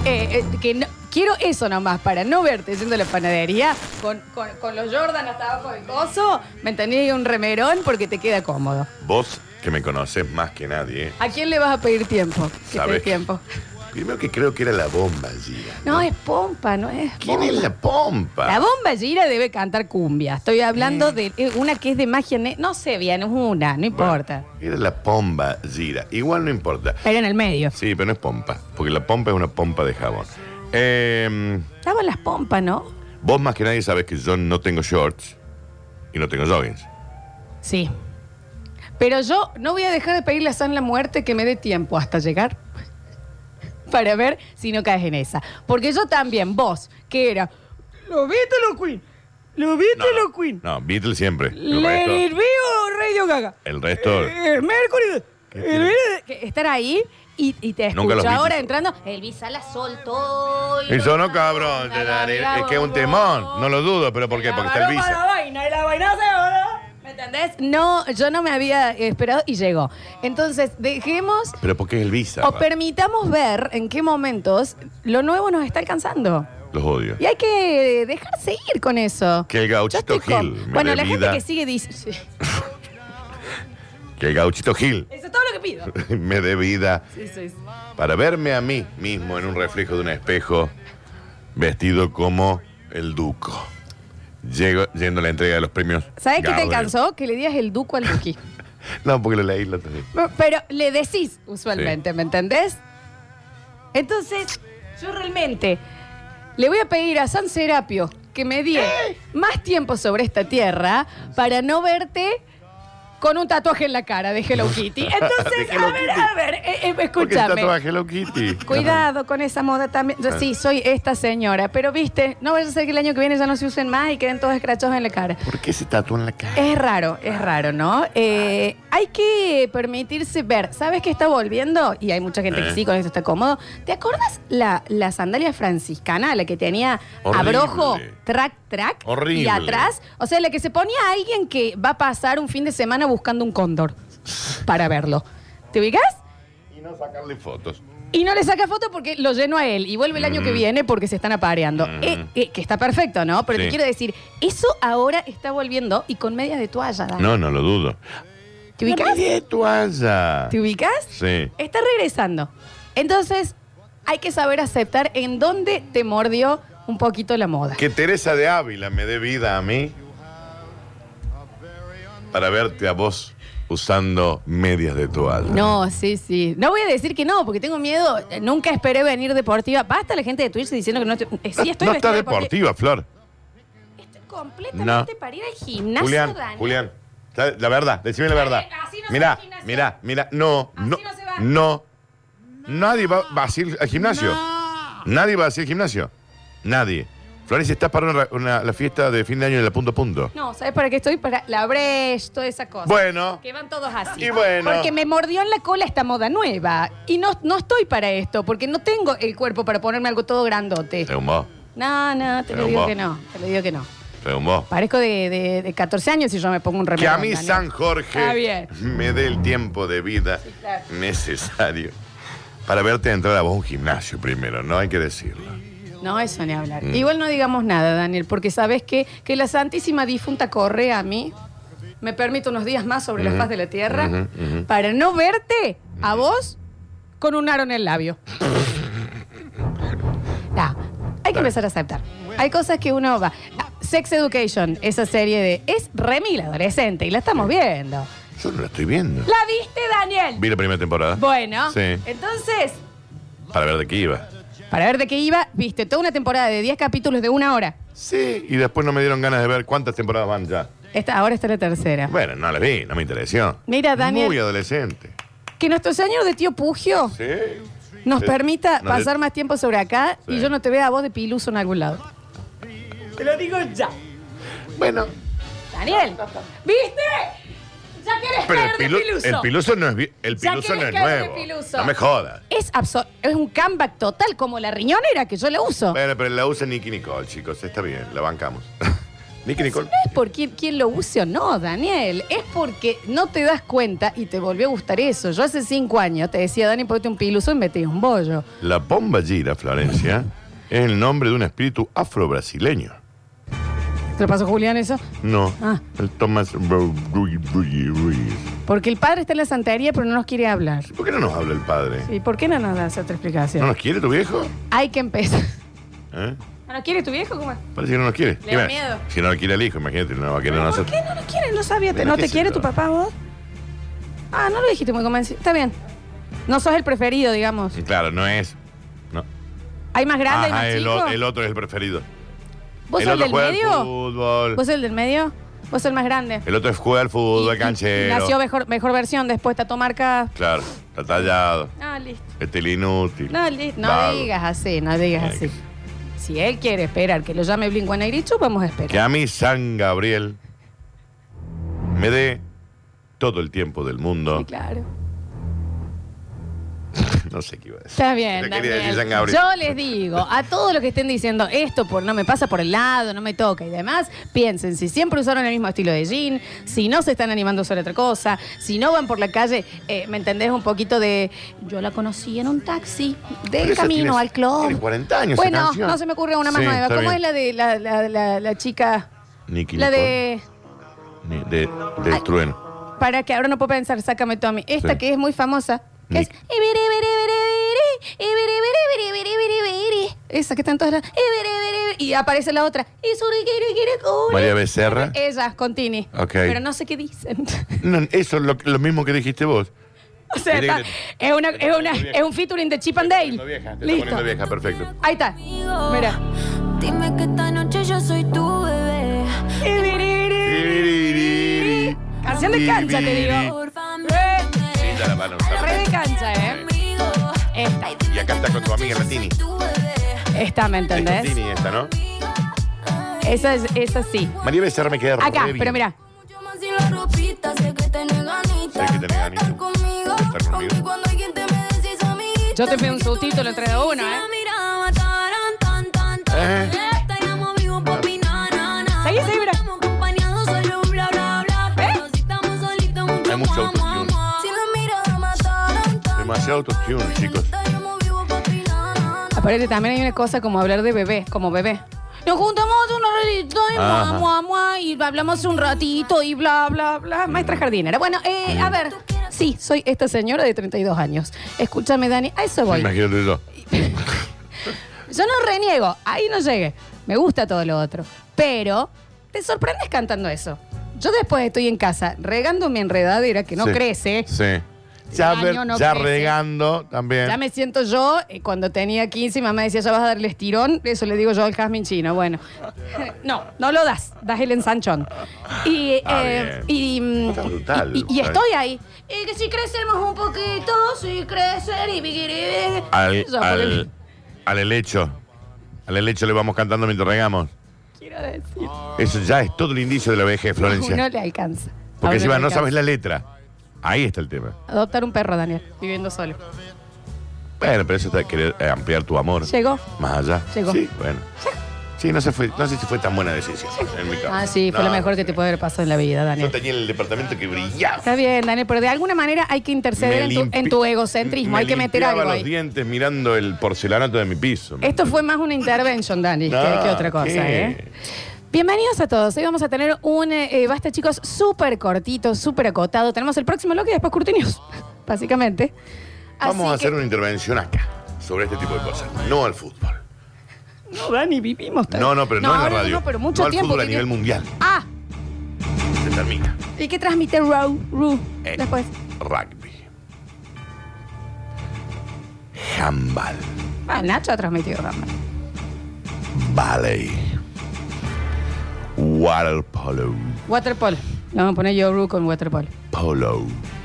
S4: Quiero eso nomás, para no verte yendo a la panadería con los Jordan hasta abajo del coso, ¿me entendés? Y un remerón porque te queda cómodo.
S1: Vos, que me conoces más que nadie,
S4: ¿A quién le vas a pedir tiempo? Que te dé
S1: ¿sabes?
S4: tiempo.
S1: Primero que creo que era la bomba Gira.
S4: No, es pompa, no es
S1: ¿Quién
S4: bomba.
S1: es la pompa?
S4: La bomba Gira debe cantar cumbia. Estoy hablando de una que es de magia. No sé bien, es una, no importa.
S1: Bueno, era la pomba Gira. Igual no importa.
S4: Pero en el medio.
S1: Sí, pero no es pompa. Porque la pompa es una pompa de jabón.
S4: Estaban las pompas, ¿no?
S1: Vos más que nadie sabes que yo no tengo shorts y no tengo joggings.
S4: Sí. Pero yo no voy a dejar de pedirle a San la muerte que me dé tiempo hasta llegar para ver si no caes en esa. Porque yo también, vos, que era los Beatles Queen, los Beatles Queen,
S1: No, Beatles siempre.
S4: Let It Be o Radio Gaga,
S1: El resto.
S4: Mercury, que estar ahí y te
S1: Nunca los
S4: escucho ahora
S1: Beatles.
S4: entrando, Elvisa la soltó.
S1: Y yo no, cabrón. Es que es un temón. No lo dudo, pero ¿por qué? Porque está el
S4: La
S1: visa.
S4: vaina y la vaina se ahora. ¿Me entendés? No, yo no me había esperado y llegó. Entonces, dejemos
S1: Pero ¿por qué es el visa?
S4: o permitamos ver en qué momentos lo nuevo nos está alcanzando.
S1: Los odio.
S4: Y hay que dejarse ir con eso.
S1: Que el Gauchito
S4: Yo estoy con-
S1: Gil me
S4: Bueno,
S1: dé
S4: la gente
S1: vida.
S4: que sigue dice. Sí,
S1: Que el Gauchito Gil
S4: eso es todo lo que pido.
S1: me dé vida
S4: Sí, sí, sí.
S1: para verme a mí mismo en un reflejo de un espejo vestido como el Duco. Yendo a la entrega de los premios.
S4: ¿Sabes qué te
S1: Gardel.
S4: alcanzó? Que le digas el duco al duqui.
S1: No, porque lo leí la otra vez.
S4: Pero le decís usualmente,
S1: Sí.
S4: ¿me entendés? Entonces, yo realmente le voy a pedir a San Serapio que me dé más tiempo sobre esta tierra para no verte con un tatuaje en la cara de Hello Kitty. Entonces,
S1: De Hello
S4: a ver,
S1: Kitty.
S4: a ver,
S1: ¿Por qué
S4: escúchame.
S1: tatuaje Hello Kitty?
S4: Cuidado con esa moda también. Yo sí, soy esta señora, pero viste, no vaya a ser que el año que viene ya no se usen más y queden todos escrachados en la cara.
S1: ¿Por qué se tatúa en la cara?
S4: Es raro, ¿no? Hay que permitirse ver. ¿Sabes qué está volviendo? Y hay mucha gente que sí, con esto está cómodo. ¿Te acuerdas la sandalia franciscana, la que tenía
S1: Horrible.
S4: abrojo, track?
S1: Horrible.
S4: Y atrás, o sea, la que se ponía a alguien que va a pasar un fin de semana buscando un cóndor para verlo. ¿Te ubicas?
S1: Y no sacarle fotos.
S4: Y no le saca foto porque lo lleno a él y vuelve el año que viene porque se están apareando. Que está perfecto, ¿no? Pero
S1: Sí.
S4: te quiero decir, eso ahora está volviendo y con medias de toalla. Dani.
S1: No, no lo dudo.
S4: ¿Te ubicas?
S1: ¡Qué toalla!
S4: ¿Te ubicas?
S1: Sí.
S4: Está regresando. Entonces, hay que saber aceptar en dónde te mordió un poquito la moda.
S1: Que Teresa de Ávila me dé vida a mí para verte a vos usando medias de toalla.
S4: No, sí, sí. No voy a decir que no, porque tengo miedo. Nunca esperé venir deportiva. Basta la gente de Twitch diciendo que no estoy. Sí, estoy
S1: no
S4: vestida
S1: está deportiva, Flor.
S4: Estoy completamente
S1: No.
S4: para ir al gimnasio,
S1: Julián,
S4: Dani.
S1: Julián. La verdad, decime la verdad.
S4: Así no se va
S1: Mira,
S4: al gimnasio.
S1: mira. No,
S4: Así
S1: no,
S4: no se va.
S1: no. Nadie va a ir al gimnasio. Nadie va a ir al gimnasio. Nadie. Florencia, ¿estás para la fiesta de fin de año de la punto a punto?
S4: No, ¿sabes para qué estoy? Para la brecha, toda esa cosa.
S1: Bueno.
S4: Que van todos así.
S1: Y bueno.
S4: Porque me mordió en la cola esta moda nueva. Y no estoy para esto, porque no tengo el cuerpo para ponerme algo todo grandote.
S1: Según vos.
S4: No, te lo
S1: Pero
S4: digo
S1: vos.
S4: que no. Te lo digo que no.
S1: Según vos.
S4: Parezco de 14 años si yo me pongo un
S1: Que
S4: remero.
S1: a mí San Jorge
S4: Está bien.
S1: me dé el tiempo de vida
S4: claro.
S1: necesario para verte entrar a vos a un gimnasio primero, no hay que decirlo.
S4: No, eso ni hablar. Igual no digamos nada, Daniel, porque sabes que la Santísima Difunta corre a mí. Me permite unos días más sobre la faz de la tierra para no verte a vos con un aro en el labio. No, hay que empezar a aceptar. Hay cosas que uno va. Sex Education, esa serie de. Es Remy la adolescente y la estamos viendo.
S1: Yo no la estoy viendo.
S4: ¿La viste, Daniel?
S1: Vi la primera temporada.
S4: Bueno,
S1: Sí.
S4: entonces,
S1: Para ver de qué iba.
S4: para ver de qué iba, viste toda una temporada de 10 capítulos de 1 hora.
S1: Sí, y después no me dieron ganas de ver cuántas temporadas van ya.
S4: Ahora está la tercera.
S1: Bueno, no la vi, no me interesó.
S4: Mira, Daniel.
S1: Muy adolescente.
S4: Que nuestro señor de tío Pugio
S1: Sí.
S4: nos
S1: Sí.
S4: permita
S1: No,
S4: pasar más tiempo sobre acá y
S1: Sí.
S4: yo no te vea a vos de piluso en algún lado. Te lo digo ya.
S1: Bueno,
S4: Daniel, ¿viste? Ya querés
S1: pero
S4: caer de piluso.
S1: el piluso no es, el
S4: Ya
S1: piluso no
S4: querés
S1: es
S4: caer de
S1: nuevo.
S4: piluso.
S1: No me jodas.
S4: Es un comeback total como la riñonera que yo le uso.
S1: Bueno, pero la usa Nicky Nicole, chicos. Está bien, la bancamos. Nicky Nicole.
S4: No es por quién lo use o no, Daniel. Es porque no te das cuenta y te volvió a gustar eso. Yo hace 5 años te decía, Dani, ponete un piluso y metí un bollo.
S1: La bomba gira, Florencia, es el nombre de un espíritu afro-brasileño.
S4: ¿Te lo pasó Julián eso?
S1: No,
S4: Ah.
S1: el Thomas Ruiz.
S4: Porque el padre está en la santería, pero no nos quiere hablar.
S1: ¿Por qué no nos habla el padre?
S4: ¿Y por qué no nos das otra
S1: ¿No
S4: explicación?
S1: nos quiere tu viejo?
S4: Hay que empezar.
S1: ¿Eh?
S4: ¿No nos quiere tu viejo? ¿Cómo es?
S1: Parece que no nos quiere.
S4: Le da miedo.
S1: Si no lo quiere el hijo, imagínate, no va a querer a
S4: ¿Por
S1: nosotros.
S4: qué no nos quiere? No sabía.
S1: Bueno,
S4: ¿No
S1: qué
S4: te
S1: sé
S4: quiere
S1: yo.
S4: tu papá vos? Ah, no lo dijiste muy convencido. Está bien. No sos el preferido, digamos.
S1: Claro, no es. No.
S4: ¿Hay más grande,
S1: Ajá,
S4: hay más chico?
S1: el otro es el preferido.
S4: ¿Vos
S1: El
S4: sos el
S1: otro
S4: del
S1: juega al
S4: medio?
S1: fútbol.
S4: ¿Vos sos el del medio? ¿Vos sos el más grande?
S1: El otro juega al fútbol,
S4: Y
S1: canchero.
S4: nació mejor versión, después Tato Marca.
S1: Claro, está tallado.
S4: Ah, listo.
S1: Este es el inútil.
S4: No, no
S1: Vago.
S4: digas así, no digas así. Si él quiere esperar que lo llame Blink-182, vamos a esperar.
S1: Que a mí San Gabriel me dé todo el tiempo del mundo.
S4: Sí, claro.
S1: No sé qué iba a decir.
S4: Está bien,
S1: Yo quería
S4: Daniel.
S1: decir San Gabriel.
S4: Yo les digo, a todos los que estén diciendo esto no me pasa por el lado, no me toca y demás, piensen si siempre usaron el mismo estilo de jean, si no se están animando a usar otra cosa, si no van por la calle, ¿me entendés? Un poquito de... Yo la conocí en un taxi
S1: Pero
S4: del
S1: esa
S4: camino
S1: tiene-
S4: al club.
S1: tiene 40 años esa
S4: Bueno,
S1: canción.
S4: no se me ocurre una más
S1: Sí,
S4: nueva.
S1: está
S4: ¿Cómo
S1: bien.
S4: es la de la chica?
S1: Nicky
S4: La
S1: Nicole.
S4: de...
S1: Del trueno.
S4: Para que ahora no puedo pensar, sácame Tommy. Esta
S1: Sí.
S4: que es muy famosa, que es... Esa que está en todas las... Y aparece la otra.
S1: María Becerra.
S4: Ella, con Tini.
S1: Ok.
S4: Pero no sé qué dicen.
S1: No, eso es lo mismo que dijiste vos.
S4: O sea,
S1: Mira,
S4: es un featuring de Chip and Dale.
S1: Te está
S4: Listo.
S1: poniendo vieja, perfecto.
S4: Ahí está. Mira.
S3: Dime que esta noche yo soy tu bebé.
S4: Canción de cancha, te digo.
S3: Por favor,
S1: Sí, ya la van a usar.
S4: Re de cancha, ¿eh?
S3: conmigo.
S4: Esta.
S1: Y acá está con tu amiga Latini.
S3: Tu bebé.
S4: Esta, ¿me
S1: Es con
S4: entendés?
S1: Tini esta, ¿no?
S4: Esa sí.
S1: María Becerra me queda
S4: Acá,
S1: re bien.
S4: pero mira.
S3: Mucho más sin la ropita, sé que tenés ganitas.
S1: Sé que tenés ganitas.
S3: Estar conmigo,
S1: De estar conmigo.
S3: aunque cuando alguien te me decís amiguita.
S4: Yo te pido un subtítulo entre de uno,
S3: Si
S4: ¿eh?
S3: la miraba, taran, tan, tan, tan. Estaríamos vivos, papi, na, na, na.
S4: Seguí, seguí, mira.
S3: Estamos acompañados, solo bla, bla, bla. Pero si estamos solitos, mucho
S1: Hay mucho
S3: más,
S1: autotune.
S3: más, más. Si la mirada mataran, tan,
S1: Demasiado autotune, chicos.
S3: estaríamos vivos, papi, na, na, na.
S4: Aparte también hay una cosa como hablar de bebé, como bebé. Nos juntamos un ratito y
S1: Ajá.
S4: y hablamos un ratito y bla, bla, bla. Maestra jardinera. Bueno, a ver. Sí, soy esta señora de 32 años. Escúchame, Dani, a eso voy.
S1: Imagínate yo.
S4: Yo no reniego, ahí no llegué. Me gusta todo lo otro. Pero te sorprendes cantando eso. Yo después estoy en casa regando mi enredadera que no
S1: Sí.
S4: crece.
S1: Sí. Ya,
S4: El año no
S1: ya
S4: crece.
S1: regando también.
S4: Ya me siento yo, cuando tenía 15, mi mamá decía, ya vas a darle estirón. Eso le digo yo al jazmín chino. Bueno, no lo das el ensanchón. Y,
S1: Está bien. Está brutal,
S4: y
S1: está
S4: estoy ahí. Y que si crecemos un poquito, si crecer y biquiri.
S1: Al helecho. Al helecho le vamos cantando mientras regamos.
S4: Quiero decir,
S1: Eso ya es todo el indicio de la vejez, Florencia.
S4: no le alcanza.
S1: Porque
S4: A uno
S1: encima
S4: le
S1: no
S4: alcanza.
S1: sabes la letra. Ahí está el tema.
S4: Adoptar un perro, Daniel, viviendo solo.
S1: Bueno, pero eso es querer ampliar tu amor.
S4: Llegó.
S1: Más allá.
S4: Llegó.
S1: Sí, bueno. Sí, no sé si fue tan buena decisión en mi caso.
S4: Ah, sí, fue
S1: No,
S4: lo mejor que te puede haber pasado en la vida,
S1: Yo
S4: Daniel.
S1: tenía el departamento que brillaba.
S4: Está bien, Daniel, pero de alguna manera hay que interceder en tu egocentrismo.
S1: me
S4: Hay que meter
S1: limpiaba
S4: algo
S1: los
S4: ahí.
S1: dientes mirando el porcelanato de mi piso.
S4: Esto fue más una intervention, Dani, que otra cosa,
S1: ¿qué?
S4: ¿eh? Bienvenidos a todos. Hoy vamos a tener un basta, chicos, súper cortito, súper acotado. Tenemos el próximo bloque y después Curti News, básicamente.
S1: Vamos
S4: Así
S1: a hacer
S4: que-
S1: una intervención acá sobre este tipo de cosas. No al fútbol.
S4: No, Dani, vivimos
S1: No, pero no en la
S4: ahora
S1: radio.
S4: No, pero mucho
S1: no al
S4: tiempo.
S1: fútbol a
S4: que-
S1: nivel mundial.
S4: Ah,
S1: Se termina.
S4: ¿y qué transmite Ru?
S1: En
S4: Después.
S1: rugby. Handball.
S4: Ah, Nacho ha transmitido Rama.
S1: Ballet. Waterpolo.
S4: Waterpolo. Le vamos a poner yo Ru con waterpolo.
S1: Polo.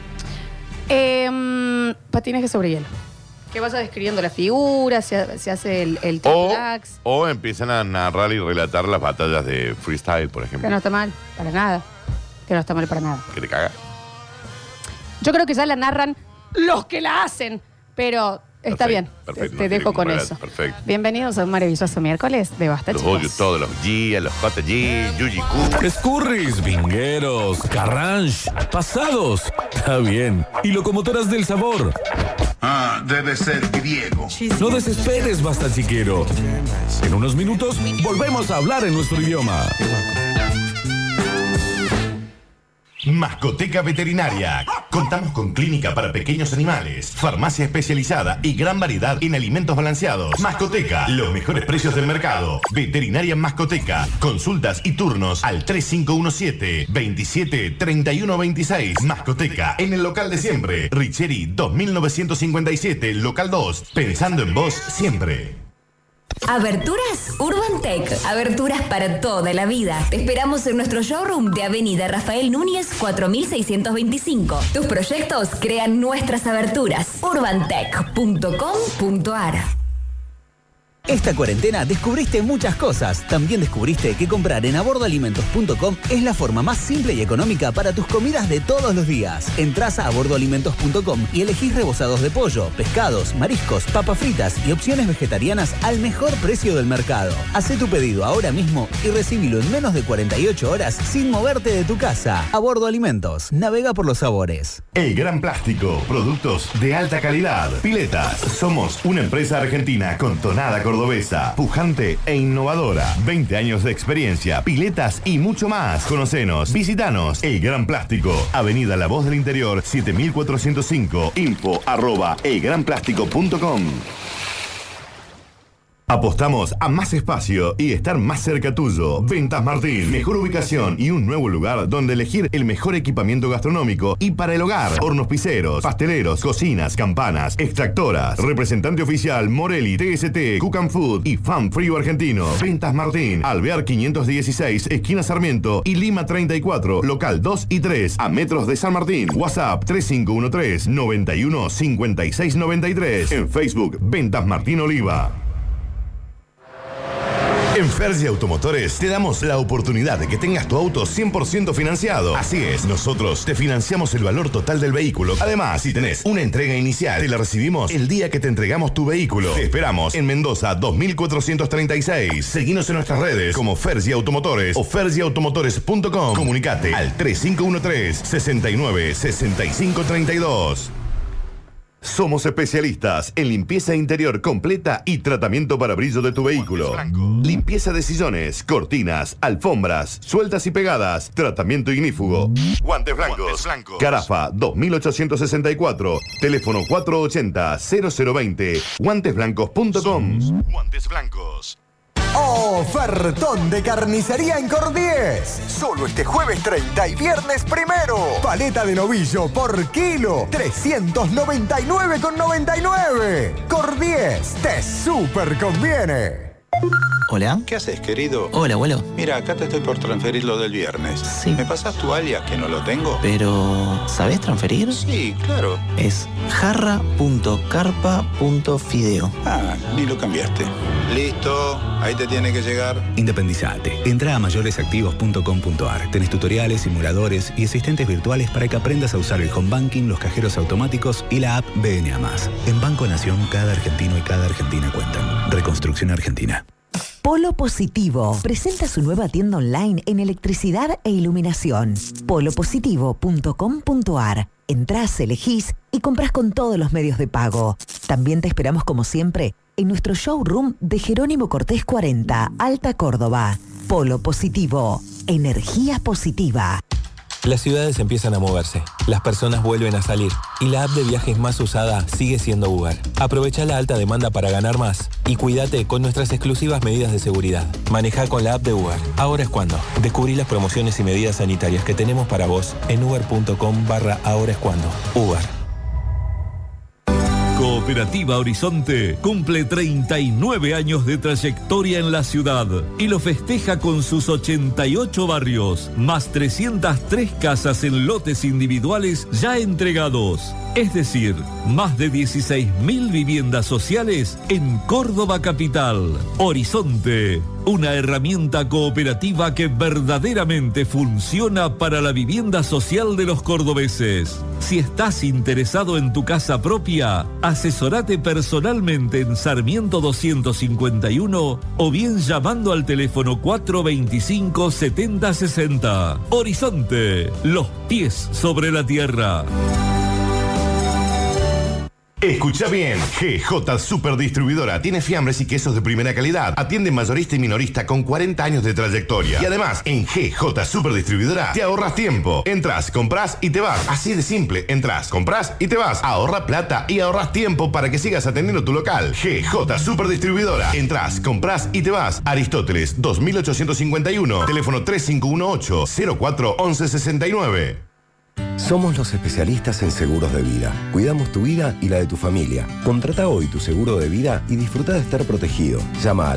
S4: Patinaje sobre hielo. Que vaya describiendo la figura, se hace el tic-tacs.
S1: O empiezan a narrar y relatar las batallas de freestyle, por
S4: Que
S1: ejemplo.
S4: no está mal, para nada. Que no está mal para nada.
S1: Que te caga.
S4: Yo creo que ya la narran los que la hacen, pero está
S1: Perfecto,
S4: bien.
S1: perfecto,
S4: Te
S1: no
S4: dejo
S1: tiene
S4: con
S1: que
S4: eso.
S1: Perfecto.
S4: Bienvenidos a un maravilloso miércoles de Basta,
S1: Los
S4: chicos.
S1: odio todos, los G, los JG, Yujiku.
S5: Escurris, vingueros, carranche, pasados. Está bien. Y locomotoras del sabor.
S6: Ah, debe ser griego.
S5: No desesperes, basta chiquero. En unos minutos volvemos a hablar en nuestro idioma.
S7: Mascoteca Veterinaria. Contamos con clínica para pequeños animales, farmacia especializada y gran variedad en alimentos balanceados. Mascoteca, los mejores precios del mercado. Veterinaria Mascoteca. Consultas y turnos al 3517-273126. Mascoteca, en el local de siempre. Richeri 2957, local 2. Pensando en vos siempre.
S8: Aberturas Urban Tech. Aberturas para toda la vida. Te esperamos en nuestro showroom de Avenida Rafael Núñez 4625. Tus proyectos crean nuestras aberturas. urbantech.com.ar.
S9: Esta cuarentena descubriste muchas cosas. También descubriste que comprar en abordoalimentos.com es la forma más simple y económica para tus comidas de todos los días. Entrás a abordoalimentos.com y elegís rebozados de pollo, pescados, mariscos, papas fritas y opciones vegetarianas al mejor precio del mercado. Hacé tu pedido ahora mismo y recibilo en menos de 48 horas sin moverte de tu casa. A Bordo Alimentos. Navega por los sabores.
S7: El Gran Plástico. Productos de alta calidad. Piletas. Somos una empresa argentina con tonada cordobesa, pujante e innovadora. 20 años de experiencia, piletas y mucho más. Conocenos, visitanos. El Gran Plástico, Avenida La Voz del Interior, 7405. info@elgranplástico.com. Apostamos a más espacio y estar más cerca tuyo. Ventas Martín. Mejor ubicación y un nuevo lugar donde elegir el mejor equipamiento gastronómico y para el hogar. Hornos piseros, pasteleros, cocinas, campanas, extractoras. Representante oficial Morelli, TST, Cook and Food y Fan Frío Argentino. Ventas Martín. Alvear 516, esquina Sarmiento y Lima 34, local 2 y 3, a metros de San Martín. WhatsApp 3513-915693. En Facebook, Ventas Martín Oliva. En Fergie Automotores te damos la oportunidad de que tengas tu auto 100% financiado. Así es, nosotros te financiamos el valor total del vehículo. Además, si tenés una entrega inicial, te la recibimos el día que te entregamos tu vehículo. Te esperamos en Mendoza 2436. Seguinos en nuestras redes como Fergie Automotores o fergieautomotores.com. Comunicate al 3513-696532. Somos especialistas en limpieza interior completa y tratamiento para brillo de tu vehículo. Limpieza de sillones, cortinas, alfombras, sueltas y pegadas, tratamiento ignífugo. Guantes blancos. Carafa 2864, teléfono 480-0020, guantesblancos.com. Guantes blancos.
S10: Ofertón de carnicería en Cordies. Solo este jueves 30 y viernes 1. Paleta de novillo por kilo, 399,99. Cordies, te súper conviene.
S11: Hola.
S12: ¿Qué haces, querido?
S11: Hola, abuelo.
S12: Mira, acá te estoy por transferir lo del viernes.
S11: Sí.
S12: ¿Me pasas tu alias que no lo tengo?
S11: Pero, ¿sabés transferir?
S12: Sí, claro.
S11: Es jarra.carpa.fideo.
S12: Ah, ni lo cambiaste. Listo, ahí te tiene que llegar.
S13: Independizate. Entra a mayoresactivos.com.ar. Tenés tutoriales, simuladores y asistentes virtuales para que aprendas a usar el home banking, los cajeros automáticos y la app BNA+. En Banco Nación, cada argentino y cada argentina cuentan. Reconstrucción Argentina.
S14: Polo Positivo presenta su nueva tienda online en electricidad e iluminación. polopositivo.com.ar. Entrás, elegís y compras con todos los medios de pago. También te esperamos como siempre en nuestro showroom de Jerónimo Cortés 40, Alta Córdoba. Polo Positivo. Energía positiva.
S15: Las ciudades empiezan a moverse, las personas vuelven a salir y la app de viajes más usada sigue siendo Uber. Aprovecha la alta demanda para ganar más y cuídate con nuestras exclusivas medidas de seguridad. Maneja con la app de Uber. Ahora es cuando. Descubrí las promociones y medidas sanitarias que tenemos para vos en uber.com/ahora es cuando. Uber.
S5: Cooperativa Horizonte cumple 39 años de trayectoria en la ciudad y lo festeja con sus 88 barrios, más 303 casas en lotes individuales ya entregados. Es decir, más de 16.000 viviendas sociales en Córdoba capital. Horizonte, una herramienta cooperativa que verdaderamente funciona para la vivienda social de los cordobeses. Si estás interesado en tu casa propia, asesorate personalmente en Sarmiento 251 o bien llamando al teléfono 425-7060. Horizonte, los pies sobre la tierra.
S7: Escucha bien, GJ Super Distribuidora tiene fiambres y quesos de primera calidad. Atiende mayorista y minorista con 40 años de trayectoria. Y además, en GJ Super Distribuidora te ahorras tiempo. Entrás, comprás y te vas. Así de simple. Entrás, comprás y te vas. Ahorra plata y ahorras tiempo para que sigas atendiendo tu local. GJ Super Distribuidora. Entrás, comprás y te vas. Aristóteles 2851. Teléfono 3518-041169.
S16: Somos los especialistas en seguros de vida. Cuidamos tu vida y la de tu familia. Contrata hoy tu seguro de vida y disfruta de estar protegido. Llama al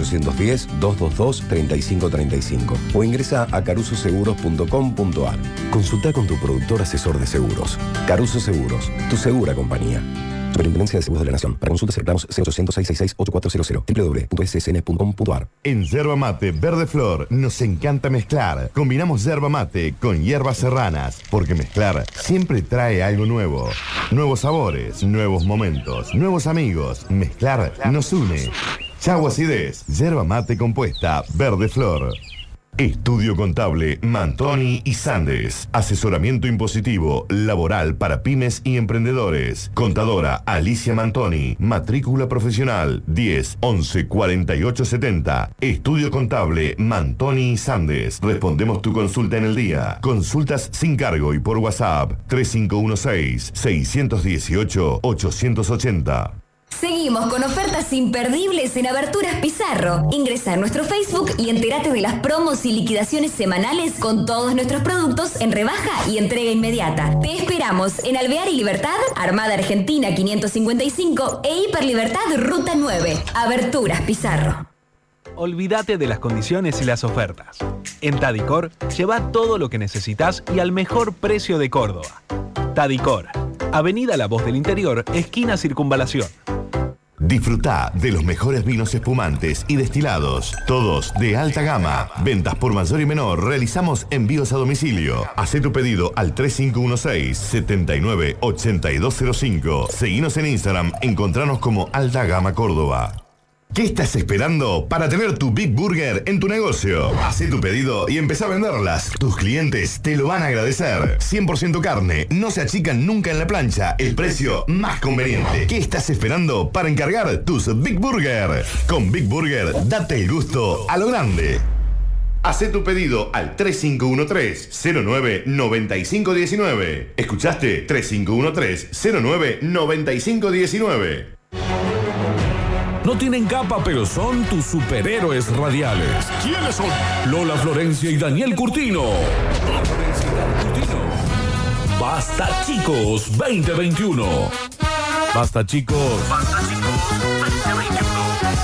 S16: 0810-222-3535 o ingresa a carusoseguros.com.ar. Consulta con tu productor asesor de seguros. Caruso Seguros, tu segura compañía. Superintendencia de Seguros de la Nación. Para consultas y reclamos 0800-666-8400 www.ssn.com.ar.
S7: En Yerba Mate Verde Flor nos encanta mezclar. Combinamos yerba mate con hierbas serranas, porque mezclar siempre trae algo nuevo. Nuevos sabores, nuevos momentos, nuevos amigos. Mezclar nos une. Chau acidez, yerba mate compuesta Verde Flor. Estudio Contable Mantoni y Sandes. Asesoramiento impositivo, laboral para pymes y emprendedores. Contadora Alicia Mantoni. Matrícula profesional 10 11 48 70. Estudio Contable Mantoni y Sandes. Respondemos tu consulta en el día. Consultas sin cargo y por WhatsApp 3516 618 880.
S8: Seguimos con ofertas imperdibles en Aberturas Pizarro. Ingresa a nuestro Facebook y entérate de las promos y liquidaciones semanales con todos nuestros productos en rebaja y entrega inmediata. Te esperamos en Alvear y Libertad, Armada Argentina 555 e Hiperlibertad Ruta 9. Aberturas Pizarro.
S17: Olvídate de las condiciones y las ofertas. En Tadicor, lleva todo lo que necesitas y al mejor precio de Córdoba. Tadicor, Avenida La Voz del Interior, esquina Circunvalación.
S7: Disfruta de los mejores vinos espumantes y destilados, todos de alta gama. Ventas por mayor y menor, realizamos envíos a domicilio. Hacé tu pedido al 3516-798205. Seguinos en Instagram, encontranos como Alta Gama Córdoba. ¿Qué estás esperando para tener tu Big Burger en tu negocio? Hacé tu pedido y empezá a venderlas. Tus clientes te lo van a agradecer. 100% carne, no se achican nunca en la plancha. El precio más conveniente. ¿Qué estás esperando para encargar tus Big Burger? Con Big Burger, date el gusto a lo grande. Hacé tu pedido al 3513-099519. ¿Escuchaste? 3513-099519.
S5: No tienen capa, pero son tus superhéroes radiales. ¿Quiénes son? Lola Florencia y Daniel Curtino. Basta Chicos 2021. Basta Chicos. Basta Chicos 2021.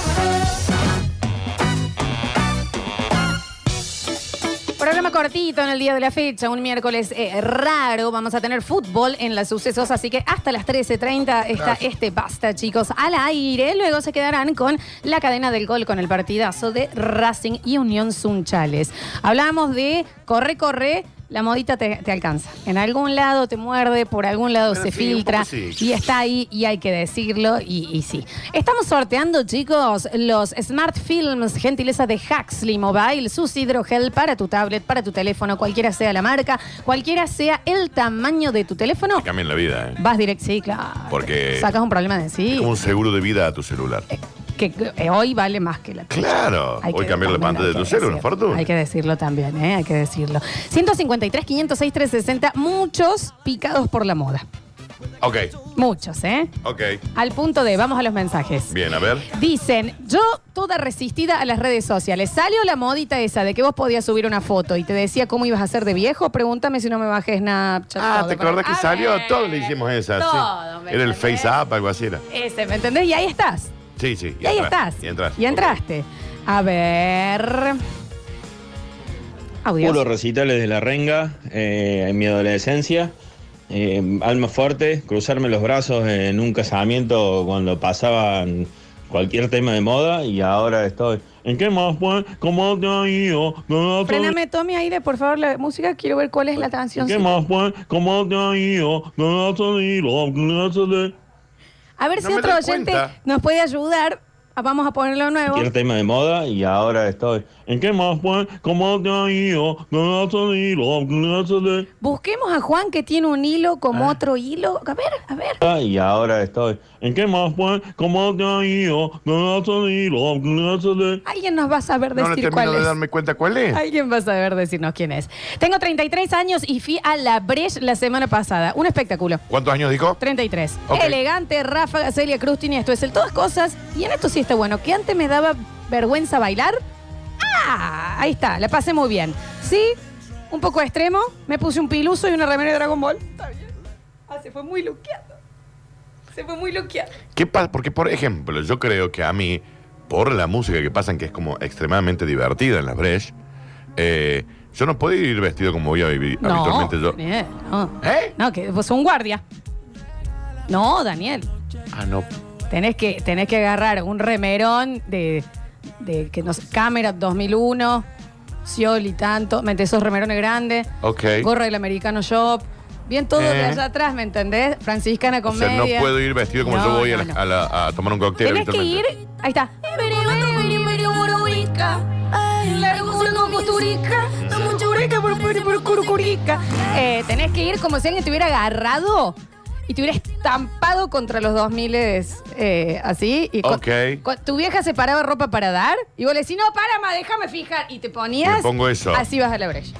S4: Programa cortito en el día de la fecha, un miércoles raro. Vamos a tener fútbol en las sucesos, así que hasta las 13:30 está este Basta Chicos al aire. Luego se quedarán con la cadena del gol con el partidazo de Racing y Unión Sunchales. Hablábamos de corre. La modita te alcanza. En algún lado te muerde, por algún lado se filtra. Y está ahí y hay que decirlo. Y sí. Estamos sorteando, chicos, los Smart Films, gentileza de Huxley Mobile, sus hidrogel para tu tablet, para tu teléfono, cualquiera sea la marca, cualquiera sea el tamaño de tu teléfono.
S1: Te cambian la vida, ¿eh?
S4: Vas directo, sí, claro.
S1: Porque
S4: sacas un problema de sí.
S1: Es como un seguro de vida a tu celular.
S4: Que hoy vale más que la tuya.
S1: Claro, hoy cambiar la pantalla de tu celular, una fortuna.
S4: Hay que decirlo también, hay que decirlo. 153, 506, 360, muchos picados por la moda.
S1: Ok.
S4: Muchos,
S1: Ok.
S4: Al punto de, vamos a los mensajes.
S1: Bien, a ver.
S4: Dicen, yo toda resistida a las redes sociales. ¿Salió la modita esa de que vos podías subir una foto y te decía cómo ibas a ser de viejo? Pregúntame si no me bajé Snapchat.
S1: ¿Te acordás que salió? Todos le hicimos esa.
S4: Todo,
S1: sí. Era el Face Up, algo así era.
S4: Ese, ¿me entendés? Y ahí estás.
S1: Sí, sí.
S4: Y ahí estás.
S1: Y
S4: entraste. A ver. Audios.
S18: Puros recitales de la renga en mi adolescencia. Alma fuerte, cruzarme los brazos en un casamiento cuando pasaban cualquier tema de moda y ahora estoy. ¿En qué más, pues? ¿Cómo te ha ido?
S4: Fréname, Tommy, aire, por favor, la música. Quiero ver cuál es la canción.
S18: ¿En qué más, pues? ¿Cómo te ha ido? A ver si otro oyente nos puede ayudar
S4: Vamos a ponerlo nuevo.
S18: Cualquier tema de moda y ahora estoy. ¿En qué más, pues? ¿Cómo te ha ido? No has salido.
S4: Busquemos a Juan que tiene un hilo como otro hilo. A ver.
S18: Y ahora estoy. ¿En qué más, pues? ¿Cómo te ha ido? No has salido.
S4: Alguien nos va a saber decir
S1: No le
S4: cuál
S1: termino de
S4: es.
S1: darme cuenta cuál es.
S4: Alguien va a saber decirnos quién es. Tengo 33 años y fui a La Breche la semana pasada. Un espectáculo.
S1: ¿Cuántos años dijo?
S4: 33.
S1: Ok.
S4: Elegante, Ráfaga, Celia Cruz, Tini Stoessel, todas cosas. Y en esto sí está bueno. Que antes me daba vergüenza bailar. Ahí está, la pasé muy bien. Sí, un poco extremo. Me puse un piluso y una remera de Dragon Ball. Está bien. Se fue muy luqueado.
S1: ¿Qué pasa? Porque, por ejemplo, yo creo que a mí, por la música que pasan, que es como extremadamente divertida en la Breche, yo no puedo ir vestido como voy a vivir habitualmente yo.
S4: Daniel, no. No, que vos sos un guardia. No, Daniel.
S1: No.
S4: Tenés que agarrar un remerón de que no sé, Cámara 2001, Scioli tanto, metés esos remerones grandes,
S1: Ok.
S4: gorra del Americano Shop, bien todo de allá atrás, ¿me entendés? Franciscana
S1: O sea,
S4: Comedia.
S1: no puedo ir vestido como
S4: No,
S1: yo voy
S4: no,
S1: a tomar un cóctel
S4: Tenés que ir,
S1: habitualmente.
S4: ahí está. Tenés que ir como si alguien te hubiera agarrado y te hubiera estampado contra los 2000 así. Y
S1: Ok.
S4: tu vieja se paraba ropa para dar y vos le decís, no, para, ma, déjame fijar. Y te ponías.
S1: Me pongo eso.
S4: Así vas a la Breche.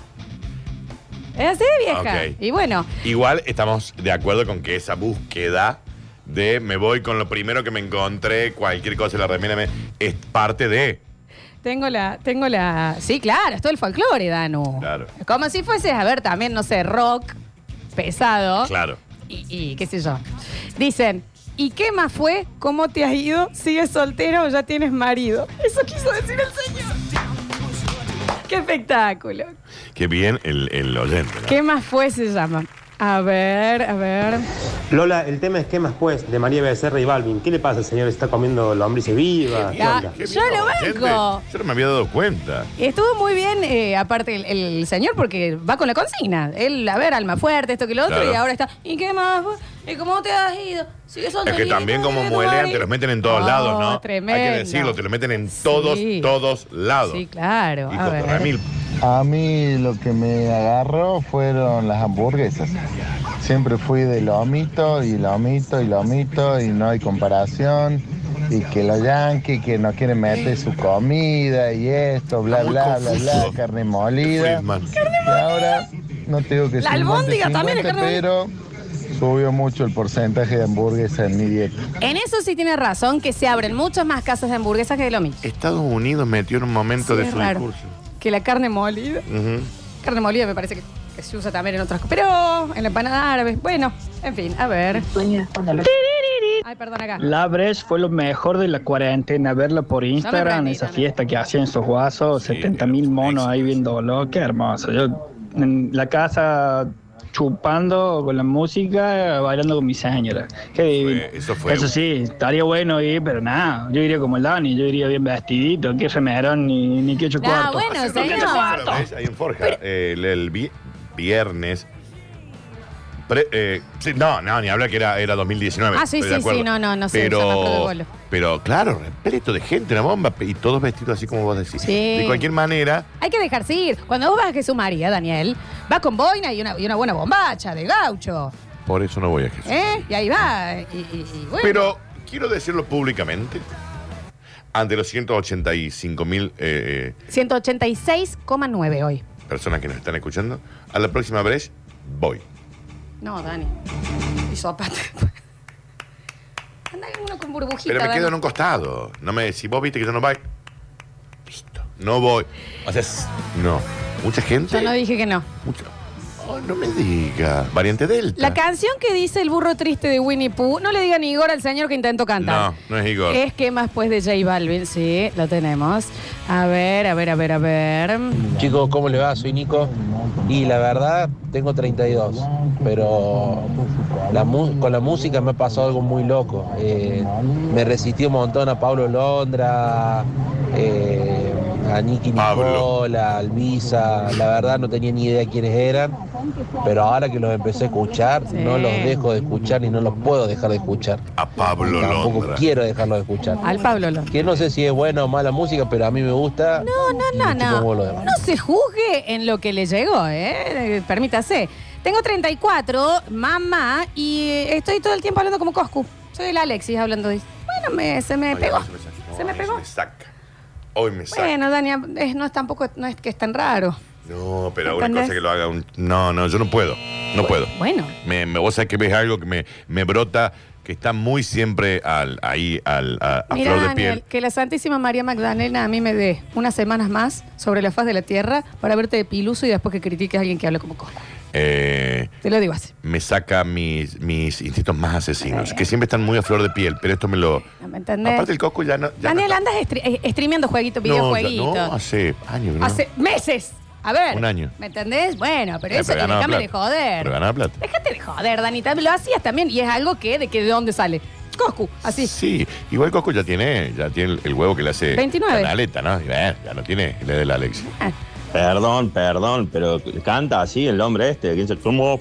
S4: Es así, vieja.
S1: Ok.
S4: Y bueno,
S1: Igual estamos de acuerdo con que esa búsqueda de me voy con lo primero que me encontré, cualquier cosa en la remera, es parte de.
S4: tengo la. Sí, claro, es todo el folclore, Danu.
S1: Claro.
S4: Como si fueses a ver también, no sé, rock pesado.
S1: Claro.
S4: Y qué sé yo. Dicen, ¿y qué más fue? ¿Cómo te has ido? ¿Sigues soltero o ya tienes marido? Eso quiso decir el señor. ¡Qué espectáculo!
S1: Qué bien el oyente, ¿no?
S4: ¿Qué más fue se llama? A ver.
S19: Lola, el tema es ¿qué más pues? De María Becerra y Balvin. ¿Qué le pasa al señor? ¿Está comiendo lombrices viva? ¿Qué onda?
S4: Yo lo banco.
S1: Yo no me había dado cuenta.
S4: Estuvo muy bien, aparte, el señor, porque va con la consigna. Él, a ver, alma fuerte, esto que lo otro,
S1: Claro.
S4: y ahora está. ¿Y qué más fue? ¿Y cómo te has ido? ¿Sigues
S1: Es
S4: solterito?
S1: que también como
S4: ¿Sigues tu
S1: muelean,
S4: marido?
S1: te los meten en todos lados, ¿no?
S4: Tremendo.
S1: Hay que decirlo, te lo meten en todos lados.
S4: Sí, claro. A
S1: Hijos de
S4: ver.
S1: remil.
S20: A mí lo que me agarró fueron las hamburguesas. Siempre fui de lomito y lomito y lomito y no hay comparación. Y que los yanquis que no quieren meter su comida y esto, bla, bla, bla, bla, carne molida. Y ahora no te digo que
S4: La albóndiga también es carne
S20: pero subió mucho el porcentaje de hamburguesas en mi dieta.
S4: En eso sí tiene razón, que se abren muchas más casas de hamburguesas que de lo mismo.
S1: Estados Unidos metió en un momento de
S4: es
S1: su
S4: raro.
S1: discurso.
S4: Que la carne molida.
S1: Ujú.
S4: Carne molida me parece que se usa también en otras cosas. Pero en la empanada árabe. Bueno, en fin, a ver. Ay, perdón, acá.
S21: La Breche fue lo mejor de la cuarentena, verla por Instagram,
S4: prendí
S21: esa fiesta que hacían esos guasos, 70.000 monos ahí viéndolo, qué hermoso. Yo en la casa chupando con la música, bailando con mi señora. Qué divino. Eso sí, estaría bueno ir, pero nada, yo iría como el Dani, yo iría bien vestidito, qué remerón, ni qué 8 cuartos.
S4: bueno,
S1: Hace
S4: señor.
S1: una vez ahí en Forja, viernes. Sí, no, ni habla que era 2019.
S4: Ah, sí,
S1: estoy de
S4: sí,
S1: acuerdo.
S4: sí, no sé, ya me protocolo.
S1: pero claro, repleto de gente, una bomba, y todos vestidos así como vos decís.
S4: Sí.
S1: De cualquier manera,
S4: Hay que dejarse ir. Cuando vos vas a Jesús María, Daniel, vas con boina y una buena bombacha de gaucho.
S1: por eso no voy a Jesús.
S4: Y ahí va. Y bueno.
S1: Pero quiero decirlo públicamente, ante los 185.000
S4: 186,9 hoy.
S1: personas que nos están escuchando, a la próxima vez voy.
S4: No, Dani. Y sopate. Anda uno con burbujita.
S1: Pero me
S4: Dani.
S1: quedo en un costado. Si vos viste que yo no voy, listo, no voy. O sea, no. Mucha gente.
S4: Yo no dije que no.
S1: Oh, no me diga. Variante Delta.
S4: La canción que dice el burro triste de Winnie Pooh, no le digan Igor al señor que intentó cantar.
S1: No es Igor.
S4: Es que más pues de J Balvin, sí, lo tenemos. A ver.
S22: Chicos, ¿cómo le va? Soy Nico. Y la verdad, tengo 32. Pero con la música me ha pasado algo muy loco. Me resistí un montón a Pablo Londra, a Nicky
S1: Pablo.
S22: Nicola, a Alvisa, la verdad no tenía ni idea quiénes eran, pero ahora que los empecé a escuchar, no los dejo de escuchar ni no los puedo dejar de escuchar.
S1: A Pablo
S22: Tampoco
S1: Londra.
S22: quiero dejarlos de escuchar.
S4: Al Pablo Londra.
S22: Que no sé si es buena o mala música, pero a mí me gusta.
S4: No. No se juzgue en lo que le llegó, permítase. Tengo 34, mamá, y estoy todo el tiempo hablando como Coscu. Soy el Alexis hablando de... Bueno, se me pegó. Se me pegó.
S1: Me saca. Hoy me saca.
S4: Bueno, Dania, no es que es tan raro.
S1: No, pero una
S4: ¿Entendés?
S1: cosa que lo haga un... No, yo no puedo. No puedo.
S4: Bueno.
S1: Vos sabés que ves algo que me brota, que está muy siempre a
S4: Mira,
S1: flor de
S4: Daniel,
S1: piel.
S4: que la Santísima María Magdalena a mí me dé unas semanas más sobre la faz de la tierra para verte de piluso y después que critiques a alguien que habla como Coscu. Te lo digo así.
S1: Me saca mis instintos más asesinos, que siempre están muy a flor de piel, pero esto me lo...
S4: ¿Me entendés?
S1: Aparte el Coscu ya no...
S4: Daniel, andas streameando jueguitos, videojueguitos.
S1: No, hace años. ¿no?
S4: Hace meses. A ver.
S1: Un año.
S4: ¿Me entendés? Bueno, pero eso
S1: ganaba
S4: déjame de
S1: plata.
S4: joder.
S1: Pero ganaba plata.
S4: Déjate de joder, Danita. Lo hacías también y es algo que de dónde sale. Coscu, así.
S1: Sí, igual Coscu ya tiene el huevo que le hace
S4: 29.
S1: Canaleta, ¿no? Y ya no tiene el del Alex.
S18: Perdón, pero canta así el hombre que dice, como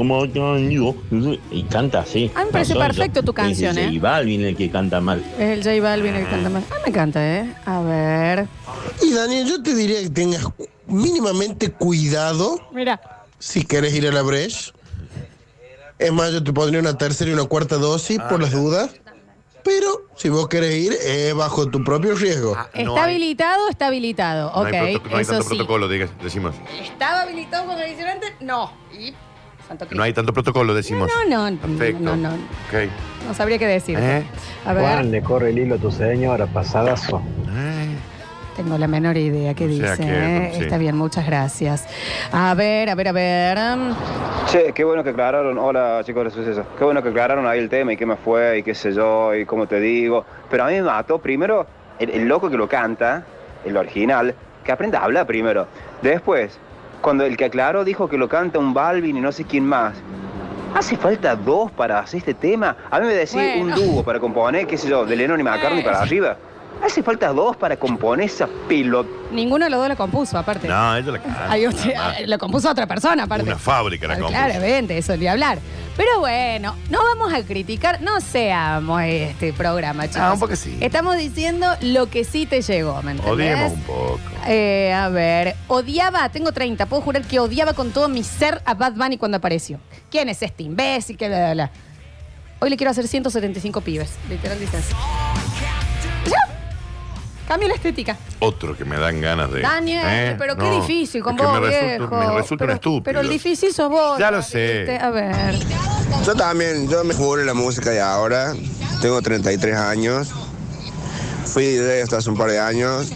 S18: y canta así.
S4: A mí me parece
S18: No soy
S4: perfecto
S18: yo.
S4: tu canción,
S18: Es J Balvin el que canta mal.
S4: Es el J Balvin el que canta más. Me encanta, A ver.
S2: Y Daniel, yo te diría que tengas mínimamente cuidado
S4: Mira.
S2: si quieres ir a la Breche. Es más, yo te pondría una tercera y una cuarta dosis por las dudas. Pero si vos querés ir, es bajo tu propio riesgo.
S4: ¿Está habilitado? Está habilitado.
S1: No
S4: Ok,
S1: hay, no hay
S4: eso
S1: tanto
S4: sí.
S1: protocolo, decimos.
S4: ¿Estaba habilitado cuando lo hicieron antes? No. Y santo Cristo.
S1: No hay tanto protocolo, decimos.
S4: No.
S1: Perfecto.
S4: No.
S1: Ok.
S4: No sabría qué decir. A ver.
S3: Juan, le corre el hilo a tu señora, pasadazo.
S4: Tengo la menor idea qué dice.
S3: sí.
S4: Está bien, muchas gracias. A ver.
S23: Che, qué bueno que aclararon. Hola, chicos de Suceso. Qué bueno que aclararon ahí el tema y qué me fue y qué sé yo y cómo te digo. Pero a mí me mató primero el loco que lo canta, el original, que aprenda a hablar primero. Después, cuando el que aclaró dijo que lo canta un Balvin y no sé quién más. ¿Hace falta dos para hacer este tema? A mí me decía un dúo para componer, qué sé yo, de Lennon y McCartney para arriba. ¿Hace falta dos para componer esa pelota?
S4: Ninguno de los dos lo compuso, aparte.
S1: No, ella la canta.
S4: Lo compuso otra persona, aparte.
S1: Una fábrica la compuso.
S4: Claramente, eso ni hablar. Pero bueno, no vamos a criticar, no seamos este programa, chicos.
S1: Un poco sí.
S4: Estamos diciendo lo que sí te llegó, ¿me entendés?
S1: Odiemos un poco.
S4: A ver, tengo 30, puedo jurar que odiaba con todo mi ser a Bad Bunny cuando apareció. ¿Quién es este imbécil? ¿Qué bla, bla, bla? Hoy le quiero hacer 175 pibes, literal dice así. Cambia la estética.
S1: Otro que me dan ganas de...
S4: Daniel, pero qué
S1: No,
S4: difícil con
S1: es que
S4: vos,
S1: me
S4: viejo.
S1: resultan estúpidos.
S4: Pero el difícil sos vos.
S1: Ya lo sé.
S4: A ver.
S24: Yo me jugué en la música de ahora. Tengo 33 años. Fui DJ hasta hace un par de años.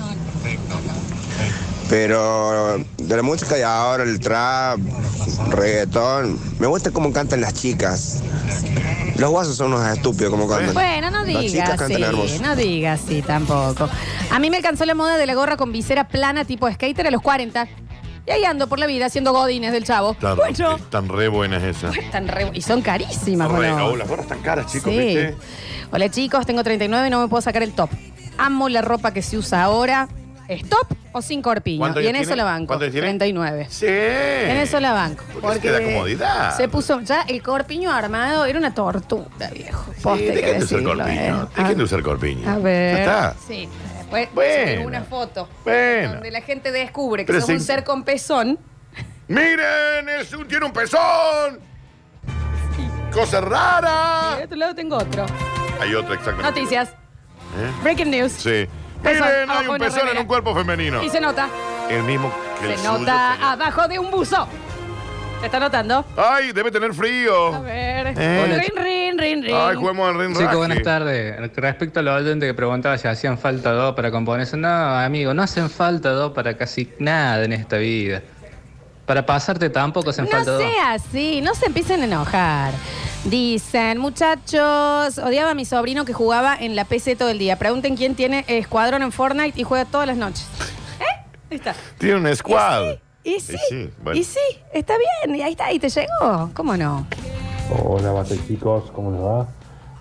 S24: Pero de la música de ahora, el trap, reggaetón, me gusta cómo cantan las chicas. Los guasos son unos estúpidos como cantan.
S4: Bueno, no
S24: Las
S4: digas
S24: chicas
S4: así,
S24: cantan hermoso.
S4: no digas así tampoco. A mí me alcanzó la moda de la gorra con visera plana tipo skater a los 40. Y ahí ando por la vida haciendo godines del chavo.
S1: Están re buenas esas.
S4: Y son carísimas, bueno.
S1: Las gorras están caras, chicos,
S4: Sí.
S1: ¿viste?
S4: Hola chicos, tengo 39 y no me puedo sacar el top. Amo la ropa que se usa ahora. ¿Es top o sin corpiño?
S1: ¿Cuántos
S4: Y en
S1: años
S4: eso
S1: tiene?
S4: la banco.
S1: ¿Cuántos tiene?
S4: 39.
S1: Sí.
S4: En eso la banco.
S1: Porque es que da comodidad.
S4: Se puso ya el corpiño armado, era una tortura, viejo.
S1: Sí,
S4: Posta, hay que
S1: dejen de usar
S4: decirlo,
S1: corpiño. Dejen de usar corpiño.
S4: A ver.
S1: Ya está.
S4: Sí. Después
S1: Bueno.
S4: una foto
S1: Bueno.
S4: donde la gente descubre que
S1: Pero
S4: sos
S1: sí.
S4: un ser con pezón.
S1: ¡Miren! ¡Tiene un pezón! ¡Cosa rara!
S4: Y de otro lado tengo otro.
S1: Hay otra, exactamente.
S4: Noticias.
S1: ¿Eh?
S4: Breaking news.
S1: Sí.
S4: Pezón,
S1: Miren, hay
S4: abajo
S1: un
S4: una
S1: pezón en
S4: remera.
S1: un cuerpo femenino.
S4: Y se nota.
S1: El mismo que el
S4: Se
S1: suyo,
S4: nota
S1: señor.
S4: abajo de un buzo. ¿Se está notando?
S1: ¡Ay, debe tener frío!
S4: A ver.
S1: Hola.
S4: Rin.
S1: Ay, juguemos al ring
S25: Chicos,
S1: raje.
S25: buenas tardes. Respecto al oyente que preguntaba si hacían falta dos para componer eso, no, amigo, no hacen falta dos para casi nada en esta vida. Para pasarte tampoco hacen
S4: No
S25: falta dos.
S4: sea así, no se empiecen a enojar. Dicen, muchachos, odiaba a mi sobrino que jugaba en la PC todo el día. Pregunten quién tiene escuadrón en Fortnite y juega todas las noches. Ahí está.
S1: Tiene un squad.
S4: Y sí,
S1: bueno.
S4: y sí, está bien, y ahí está, y te llegó. ¿Cómo no?
S26: Hola, bate chicos, ¿cómo les va?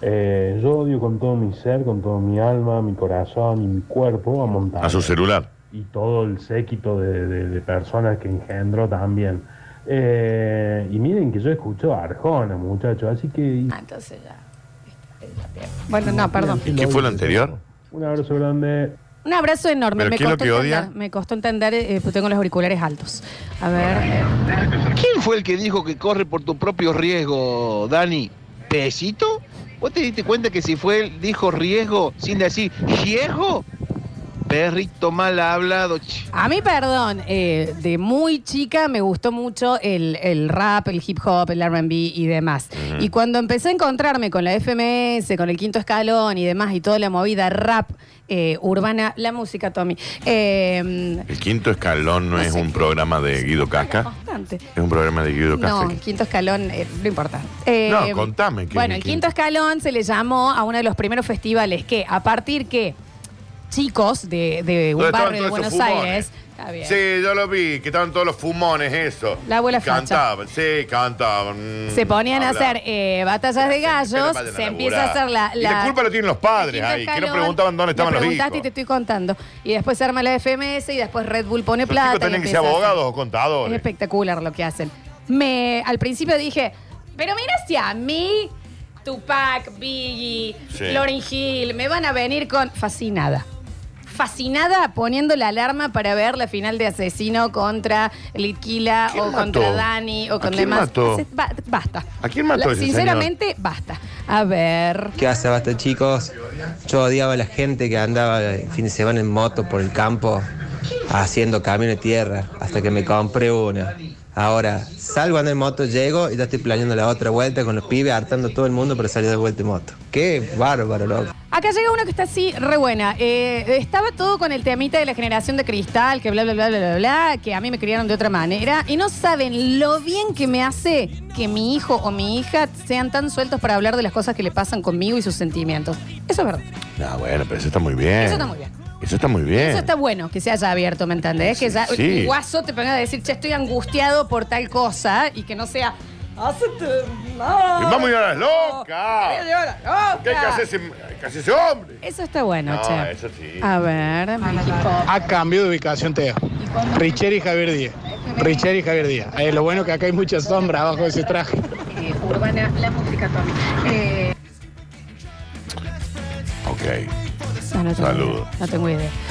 S26: Yo odio con todo mi ser, con todo mi alma, mi corazón y mi cuerpo a Montana.
S1: A su celular.
S26: y todo el séquito de personas que engendró también. Y miren que yo escucho a Arjona, muchachos, así que...
S4: Entonces ya. Bueno, no, perdón.
S1: ¿Y qué fue lo anterior?
S26: Un abrazo grande.
S4: Un abrazo enorme.
S1: ¿Pero
S4: Me
S1: qué es lo
S4: costó
S1: que
S4: entender.
S1: odia?
S4: Me costó entender, pues tengo los auriculares altos. A ver.
S6: ¿Quién fue el que dijo que corre por tu propio riesgo, Dani? ¿Pesito? ¿Vos te diste cuenta que si fue él dijo riesgo sin decir riesgo? Perrito mal hablado.
S4: A mí, perdón, de muy chica me gustó mucho el rap, el hip hop, el R&B y demás. Y cuando empecé a encontrarme con la FMS, con el Quinto Escalón y demás, y toda la movida rap urbana, la música, Tommy.
S1: El Quinto Escalón no es un programa de Guido Casca.
S4: Bastante.
S1: Es un programa de Guido Casca.
S4: No, el Quinto Escalón, no importa.
S1: No, contame.
S4: Bueno, el Quinto Escalón se le llamó a uno de los primeros festivales que, a partir que chicos de un barrio de Buenos Aires. Está bien.
S1: Sí, yo lo vi, que estaban todos los fumones, eso.
S4: La abuela
S1: cantaban, sí, cantaban.
S4: Se ponían a hacer batallas de gallos, se empieza a hacer la...
S1: Y la culpa lo tienen los padres ahí, que no preguntaban dónde estaban los hijos.
S4: Preguntaste y te estoy contando. Y después se arma la FMS y después Red Bull pone plata.
S1: Los chicos tienen que ser abogados o contadores.
S4: Es espectacular lo que hacen. Al principio dije, pero mira si a mí, Tupac, Biggie, Lauryn Hill, me van a venir con... Fascinada poniendo la alarma para ver la final de Asesino contra Litquila o contra Dani o con demás. Basta.
S1: ¿A quién mató ese
S4: Sinceramente, basta. A ver.
S9: ¿Qué hace? Basta, chicos. Yo odiaba a la gente que andaba el fin de semana en moto por el campo haciendo camino de tierra hasta que me compré una. Ahora, salgo a andar en moto, llego y ya estoy planeando la otra vuelta con los pibes, hartando a todo el mundo para salir de vuelta en moto. Qué bárbaro, loco.
S4: Acá llega una que está así, re buena. Estaba todo con el temita de la generación de cristal, que bla, bla, bla, bla, bla, bla, que a mí me criaron de otra manera. Y no saben lo bien que me hace que mi hijo o mi hija sean tan sueltos para hablar de las cosas que le pasan conmigo y sus sentimientos. Eso es verdad.
S1: No, bueno, pero eso está muy bien.
S4: Eso está muy bien.
S1: Eso está muy bien.
S4: Eso está bueno, que se haya abierto, ¿me entendés? Que ya un guaso te ponga a decir, che, estoy angustiado por tal cosa, y que no sea,
S1: ¡vamos a ir a las locas! ¿Qué hay que hacer ese hombre?
S4: Eso está bueno,
S1: No,
S4: che.
S1: eso sí.
S4: A ver,
S10: A cambio de ubicación, Teo. Richeri y Javier Díaz. Richeri y Javier Díaz. Lo bueno que acá hay mucha sombra abajo de ese traje.
S4: urbana, la música, Tommy.
S1: Ok.
S4: Saludos. No tengo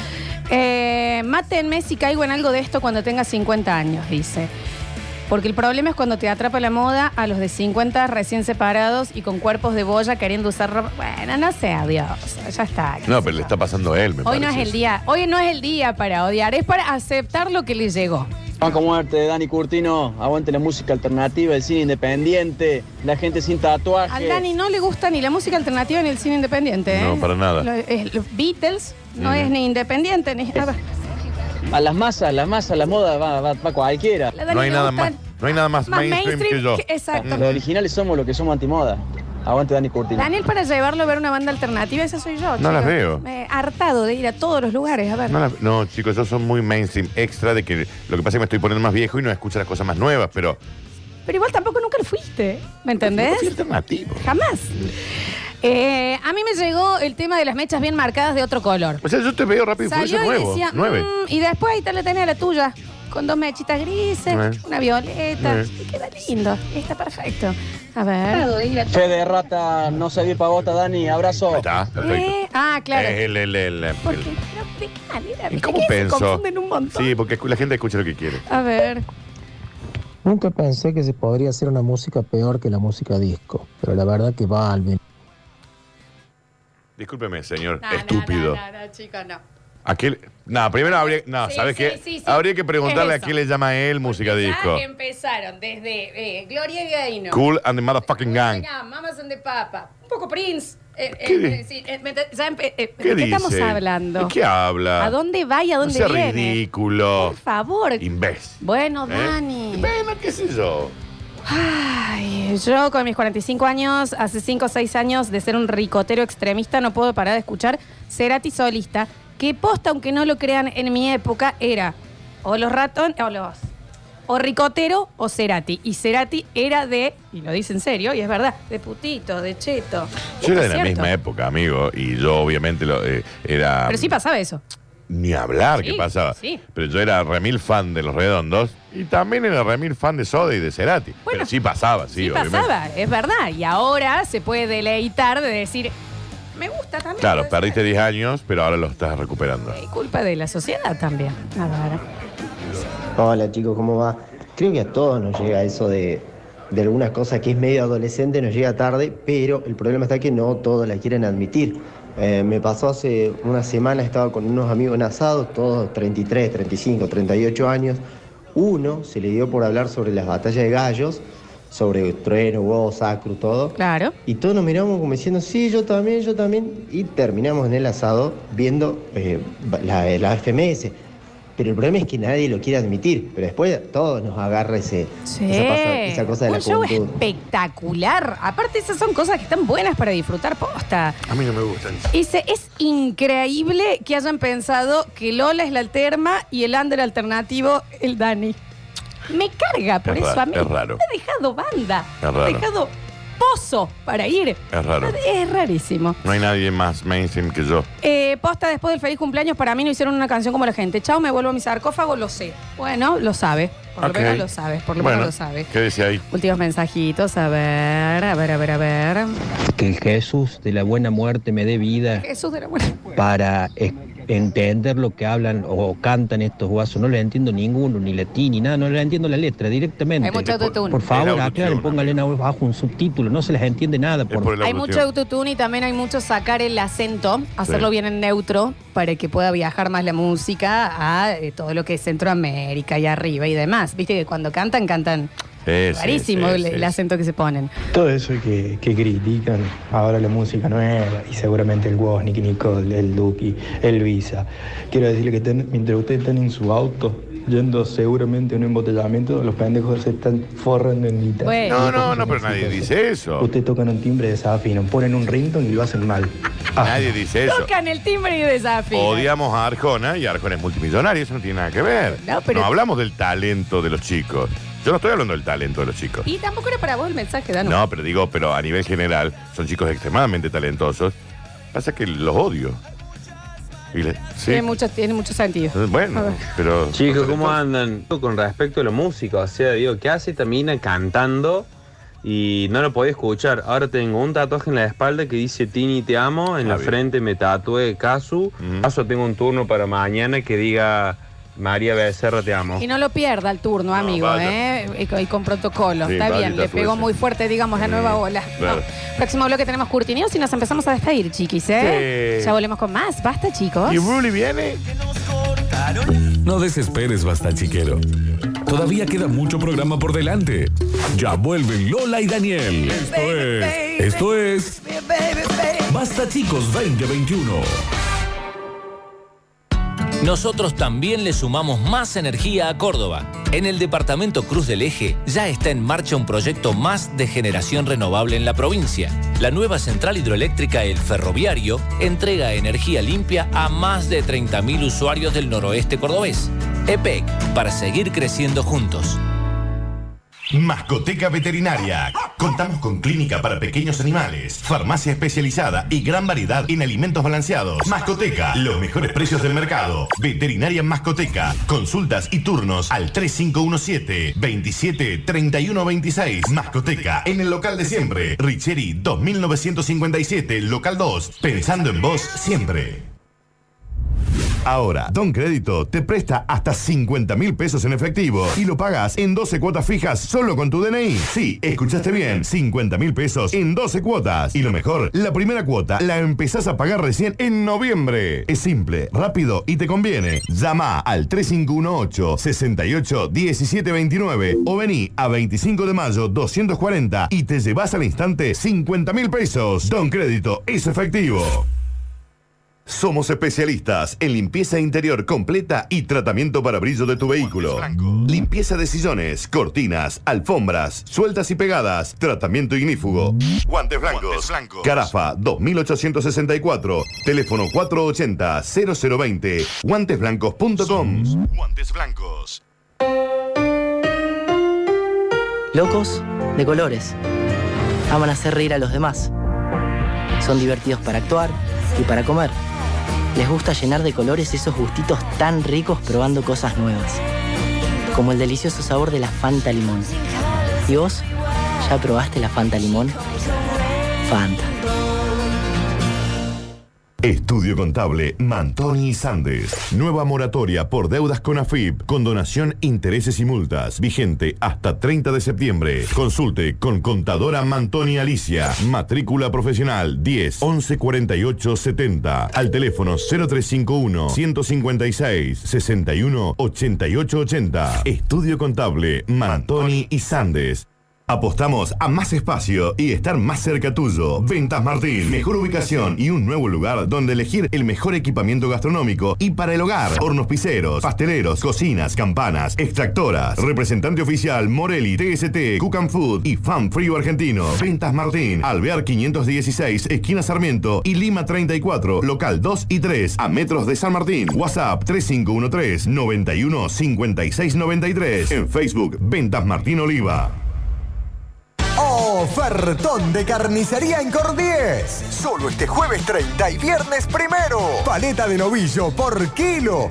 S4: idea. Mátenme si caigo en algo de esto cuando tenga 50 años, dice. Porque el problema es cuando te atrapa la moda a los de 50 recién separados y con cuerpos de boya queriendo usar ropa. Bueno, no sé, adiós. Ya está.
S1: No, pero le está pasando a él, me
S4: Hoy no
S1: parece.
S4: es el día. Hoy no es el día para odiar, es para aceptar lo que le llegó.
S11: Banco muerte, Dani Curtino, aguante la música alternativa, el cine independiente, la gente sin tatuajes.
S4: Al Dani no le gusta ni la música alternativa ni el cine independiente.
S1: No, para nada.
S4: Los Beatles no es ni independiente ni...
S11: A las masas, la moda va cualquiera.
S1: No hay nada más. No hay nada más mainstream que yo.
S4: Exacto.
S11: Los originales somos los que somos antimoda. Aguante Dani Curtino.
S4: Daniel, para llevarlo a ver una banda alternativa, esa soy yo.
S1: No las
S4: chicos.
S1: veo.
S4: Hartado de ir a todos los lugares, a ver.
S1: No, chicos, yo soy muy mainstream extra de que lo que pasa es que me estoy poniendo más viejo y no escucho las cosas más nuevas, pero...
S4: Pero igual tampoco nunca lo fuiste, ¿me entendés?
S1: No fui alternativo.
S4: Jamás. A mí me llegó el tema de las mechas bien marcadas de otro color.
S1: O sea, yo te veo rápido y
S4: Salió
S1: furioso
S4: y
S1: nuevo.
S4: decía,
S1: 9.
S4: y después ahí te la tenía la tuya, con 2 mechitas grises, una violeta. Y queda lindo, está perfecto. A ver.
S11: Fe de rata, no se vi pavota, Dani, abrazo.
S1: Está, perfecto.
S4: Claro.
S1: ¿Por
S4: qué? Pero de qué manera,
S1: ¿Y
S4: ¿viste
S1: cómo
S4: que
S1: pensó?
S4: se confunden un montón?
S1: Sí, porque la gente escucha lo que quiere.
S4: A ver.
S12: Nunca pensé que se podría hacer una música peor que la música disco, pero la verdad que Balvin.
S1: Discúlpeme, señor estúpido.
S4: No, chicos, no.
S1: Primero habría... No,
S4: Sí,
S1: ¿sabes
S4: sí,
S1: qué?
S4: sí, sí.
S1: Habría que preguntarle
S4: Es
S1: a
S4: eso.
S1: qué le llama a él música disco.
S4: Ya empezaron desde Gloria Gaynor.
S1: Cool and the Motherfucking Gang.
S4: Mamas and the Papa. Un poco Prince.
S1: ¿Qué
S4: ¿De
S1: ¿Qué dice?
S4: estamos hablando?
S1: ¿De qué habla?
S4: ¿A dónde va y a dónde
S1: no sea
S4: viene?
S1: ridículo.
S4: Por favor.
S1: Imbécil.
S4: Bueno, Dani.
S1: Bueno, qué sé yo.
S4: Ay, yo con mis 45 años, hace 5 o 6 años de ser un ricotero extremista, no puedo parar de escuchar Cerati solista, que posta, aunque no lo crean, en mi época era o los ratones, o ricotero o Cerati. Y Cerati era de, y lo dice en serio, y es verdad, de putito, de cheto.
S1: Yo era de la
S4: ¿Cierto?
S1: misma época, amigo, y yo obviamente era...
S4: Pero sí pasaba eso.
S1: Ni hablar
S4: Sí,
S1: qué pasaba.
S4: sí.
S1: Pero yo era remil fan de Los Redondos y también era remil fan de Soda y de Cerati. Pero sí pasaba, sí,
S4: Sí
S1: obviamente.
S4: pasaba, es verdad. Y ahora se puede deleitar de decir, me gusta también.
S1: Claro,
S4: puede
S1: perdiste 10 años, pero ahora lo estás recuperando.
S4: ser culpa de la sociedad también. A ver.
S8: Hola chicos, ¿cómo va? Creo que a todos nos llega eso de algunas cosas que es medio adolescente, nos llega tarde, pero el problema está que no todos la quieren admitir. Me pasó hace una semana, estaba con unos amigos en asado, todos 33, 35, 38 años. Uno se le dio por hablar sobre las batallas de gallos, sobre Trueno, Woz, Acru, todo.
S4: Claro.
S8: Y todos nos miramos como diciendo, sí, yo también. Y terminamos en el asado viendo la FMS. Pero el problema es que nadie lo quiere admitir. Pero después todos nos agarra esa cosa de la
S4: Un show
S8: juventud.
S4: espectacular. Aparte, esas son cosas que están buenas para disfrutar posta.
S1: A mí no me gustan.
S4: Es increíble que hayan pensado que Lola es la alterma y el under alternativo el Dani. Me carga por
S1: Es
S4: eso
S1: raro,
S4: a mí.
S1: es raro.
S4: Me ha dejado banda.
S1: Es raro.
S4: Me ha dejado pozo para ir.
S1: Es raro.
S4: Es rarísimo.
S1: No hay nadie más mainstream que yo.
S4: Posta, después del feliz cumpleaños, para mí no hicieron una canción como la gente. Chao, me vuelvo a mi sarcófago, lo sé. Bueno, lo sabe. Por
S1: Ok.
S4: lo menos lo sabe. Por lo
S1: Bueno,
S4: menos lo sabe.
S1: ¿qué decía ahí?
S4: Últimos mensajitos, a ver.
S22: Que el Jesús de la buena muerte me dé vida
S4: Jesús de la buena.
S22: para entender lo que hablan o cantan estos guasos. No les entiendo ninguno, ni latín, ni nada. No les entiendo la letra directamente.
S4: Hay mucho autotune.
S22: Por favor,
S4: El autotune.
S22: aclaren, pónganle en abajo un subtítulo. No se les entiende nada.
S4: Hay mucho autotune y también hay mucho sacar el acento, hacerlo
S22: Sí.
S4: bien en neutro, para que pueda viajar más la música a todo lo que es Centroamérica y arriba y demás. Viste que cuando cantan rarísimo el acento que se ponen.
S13: Todo eso que critican ahora la música nueva y seguramente el Woz, Nicky Nicole, el Duki, el Luisa. Quiero decirle que mientras ustedes están en su auto yendo seguramente a un embotellamiento, los pendejos se están forrando en guitarra.
S1: Bueno. No, pero nadie dice eso.
S13: Ustedes tocan un timbre de desafinan, ponen un ringtone y lo hacen mal.
S1: Nadie dice eso.
S4: Tocan el timbre y desafío.
S1: Odiamos a Arjona y Arjona es multimillonario, eso no tiene nada que ver. No hablamos del talento de los chicos. Yo no estoy hablando del talento de los chicos.
S4: Y tampoco era para vos el mensaje, Danu.
S1: No, pero a nivel general son chicos extremadamente talentosos. Pasa que los odio. Sí.
S4: Tiene mucho sentido.
S1: Bueno,
S4: A ver.
S1: pero...
S14: Chicos, ¿cómo andan? Con respecto a la música, o sea, digo, ¿qué hace Tamina cantando y no lo podía escuchar? Ahora tengo un tatuaje en la espalda que dice Tini te amo, en la frente me tatué Casu. Casu, tengo un turno para mañana que diga María Becerra te amo.
S4: Y no lo pierda el turno, amigo,
S14: vaya.
S4: y con protocolo.
S14: Sí,
S4: Está
S14: vaya,
S4: bien, le
S14: tatúese.
S4: pegó muy fuerte, digamos, la nueva ola.
S1: Claro.
S4: No. Próximo bloque tenemos Curtinios y nos empezamos a despedir, chiquis, ¿eh?
S5: Sí.
S4: Ya volvemos con más. Basta, chicos.
S1: ¿Y Ruli viene?
S5: No desesperes, basta chiquero. Todavía queda mucho programa por delante. Ya vuelven Lola y Daniel. Esto es Basta Chicos 2021.
S15: Nosotros también le sumamos más energía a Córdoba. En el departamento Cruz del Eje ya está en marcha un proyecto más de generación renovable en la provincia. La nueva central hidroeléctrica El Ferroviario entrega energía limpia a más de 30.000 usuarios del noroeste cordobés. EPEC, para seguir creciendo juntos.
S7: Mascoteca Veterinaria. Contamos con clínica para pequeños animales, farmacia especializada y gran variedad en alimentos balanceados. Mascoteca, los mejores precios del mercado. Veterinaria Mascoteca. Consultas y turnos al 3517-273126. Mascoteca, en el local de siempre. Richeri 2957, local 2. Pensando en vos siempre. Ahora, Don Crédito te presta hasta 50.000 pesos en efectivo y lo pagas en 12 cuotas fijas solo con tu DNI. Sí, escuchaste bien, 50.000 pesos en 12 cuotas. Y lo mejor, la primera cuota la empezás a pagar recién en noviembre. Es simple, rápido y te conviene. Llama al 3518-681729 o vení a 25 de mayo 240 y te llevas al instante 50.000 pesos. Don Crédito es efectivo. Somos especialistas en limpieza interior completa y tratamiento para brillo de tu vehículo. Limpieza de sillones, cortinas, alfombras, sueltas y pegadas, tratamiento ignífugo. Guantes blancos. Carafa 2864, teléfono 480-0020, guantesblancos.com. Guantes blancos.
S16: Locos de colores. Aman hacer reír a los demás. Son divertidos para actuar y para comer. Les gusta llenar de colores esos gustitos tan ricos probando cosas nuevas. Como el delicioso sabor de la Fanta Limón. ¿Y vos? ¿Ya probaste la Fanta Limón? Fanta.
S7: Estudio Contable Mantoni y Sandes. Nueva moratoria por deudas con AFIP. Condonación, intereses y multas. Vigente hasta 30 de septiembre. Consulte con Contadora Mantoni Alicia. Matrícula profesional 10 11 48 70. Al teléfono 0351 156 61 88 80. Estudio Contable Mantoni y Sandes. Apostamos a más espacio y estar más cerca tuyo. Ventas Martín. Mejor ubicación y un nuevo lugar donde elegir el mejor equipamiento gastronómico y para el hogar. Hornos piseros, pasteleros, cocinas, campanas, extractoras. Representante oficial Morelli, TST, Cook and Food y Fan Frío Argentino. Ventas Martín. Alvear 516, esquina Sarmiento y Lima 34, local 2 y 3, a metros de San Martín. WhatsApp 3513 91 56 93. En Facebook Ventas Martín Oliva.
S2: Ofertón de carnicería en Cor10. Solo este jueves 30 y viernes 1. Paleta de novillo por kilo,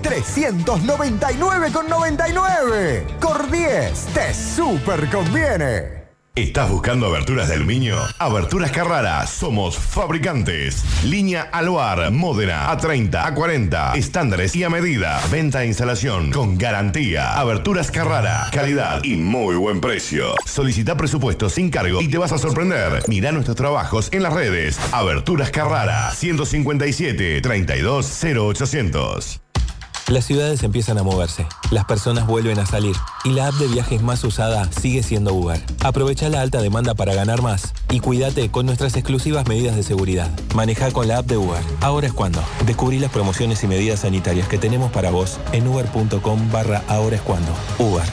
S2: 399,99. Cor10, te súper conviene.
S7: ¿Estás buscando aberturas de aluminio? Aberturas Carrara, somos fabricantes. Línea Aluar, Módena, A30, A40, estándares y a medida. Venta e instalación con garantía. Aberturas Carrara, calidad y muy buen precio. Solicita presupuesto sin cargo y te vas a sorprender. Mirá nuestros trabajos en las redes. Aberturas Carrara, 157 32 0800.
S17: Las ciudades empiezan a moverse, las personas vuelven a salir y la app de viajes más usada sigue siendo Uber. Aprovecha la alta demanda para ganar más y cuídate con nuestras exclusivas medidas de seguridad. Maneja con la app de Uber. Ahora es cuando. Descubrí las promociones y medidas sanitarias que tenemos para vos en uber.com/ahora es cuando. Uber.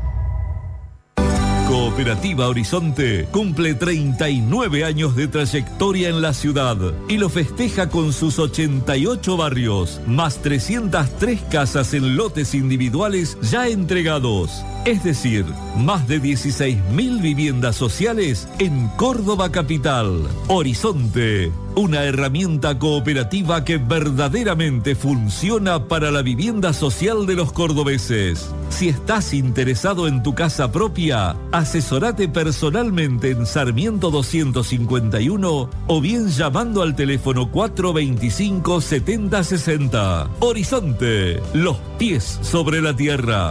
S5: Cooperativa Horizonte cumple 39 años de trayectoria en la ciudad y lo festeja con sus 88 barrios, más 303 casas en lotes individuales ya entregados. Es decir, más de 16.000 viviendas sociales en Córdoba capital. Horizonte, una herramienta cooperativa que verdaderamente funciona para la vivienda social de los cordobeses. Si estás interesado en tu casa propia, asesorate personalmente en Sarmiento 251 o bien llamando al teléfono 425 7060. Horizonte, los pies sobre la tierra.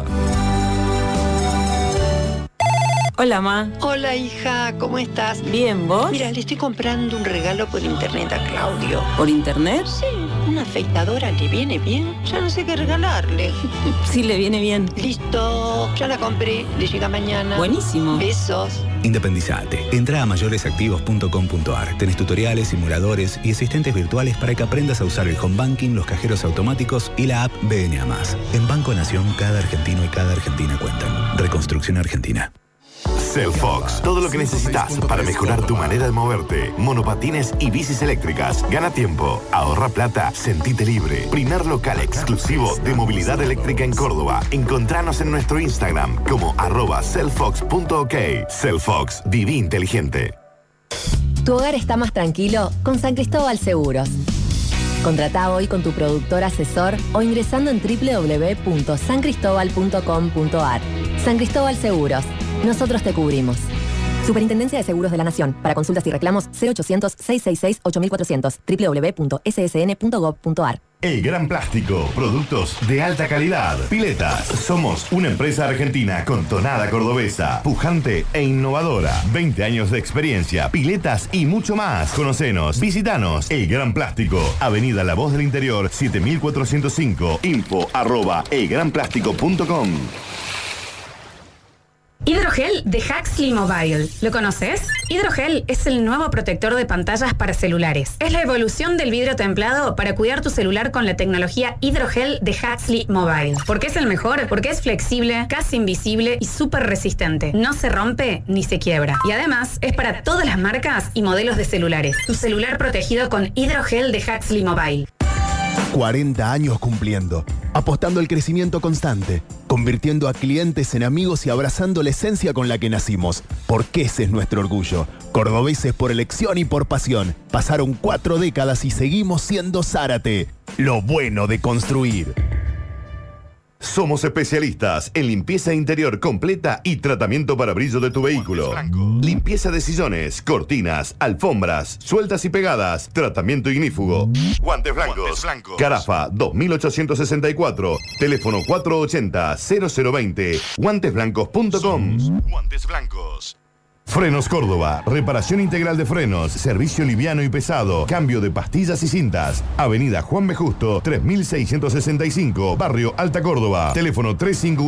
S18: Hola, ma.
S19: Hola, hija, ¿cómo estás?
S18: Bien, ¿vos?
S19: Mira, le estoy comprando un regalo por internet a Claudio.
S18: ¿Por internet?
S19: Sí, una afeitadora le viene bien. Ya no sé qué regalarle.
S18: Sí, le viene bien.
S19: Listo, ya la compré, le llega mañana.
S18: Buenísimo.
S19: Besos.
S20: Independizate. Entra a mayoresactivos.com.ar. Tenés tutoriales, simuladores y asistentes virtuales para que aprendas a usar el home banking, los cajeros automáticos y la app BNA+. En Banco Nación, cada argentino y cada argentina cuentan. Reconstrucción Argentina.
S7: Cellfox, todo lo que necesitas para mejorar tu manera de moverte. Monopatines y bicis eléctricas. Gana tiempo, ahorra plata, sentite libre. Primer local exclusivo de movilidad eléctrica en Córdoba. Encontranos en nuestro Instagram como @cellfox.ok. Cellfox, viví inteligente.
S21: Tu hogar está más tranquilo con San Cristóbal Seguros. Contratá hoy con tu productor asesor o ingresando en www.sancristobal.com.ar. San Cristóbal Seguros. Nosotros te cubrimos. Superintendencia de Seguros de la Nación. Para consultas y reclamos 0800-666-8400. www.ssn.gov.ar.
S7: El Gran Plástico, productos de alta calidad. Piletas, somos una empresa argentina con tonada cordobesa, pujante e innovadora. 20 años de experiencia, piletas y mucho más. Conocenos, visitanos. El Gran Plástico, Avenida La Voz del Interior, 7405. info@elgranplástico.com.
S27: Hidrogel de Huxley Mobile. ¿Lo conoces? Hidrogel es el nuevo protector de pantallas para celulares. Es la evolución del vidrio templado para cuidar tu celular con la tecnología Hidrogel de Huxley Mobile. ¿Por qué es el mejor? Porque es flexible, casi invisible y súper resistente. No se rompe ni se quiebra. Y además es para todas las marcas y modelos de celulares. Tu celular protegido con Hidrogel de Huxley Mobile.
S2: 40 años cumpliendo, apostando al crecimiento constante,
S3: convirtiendo a clientes en amigos y abrazando la esencia con la que nacimos. Porque ese es nuestro orgullo. Cordobeses por elección y por pasión. Pasaron 4 décadas y seguimos siendo Zárate. Lo bueno de construir.
S7: Somos especialistas en limpieza interior completa y tratamiento para brillo de tu vehículo. Limpieza de sillones, cortinas, alfombras, sueltas y pegadas, tratamiento ignífugo. Guantes blancos. Carafa 2864, teléfono 480-0020, guantesblancos.com. Guantes blancos. Frenos Córdoba, reparación integral de frenos, servicio liviano y pesado, cambio de pastillas y cintas. Avenida Juan B. Justo, 3665, Barrio Alta Córdoba. Teléfono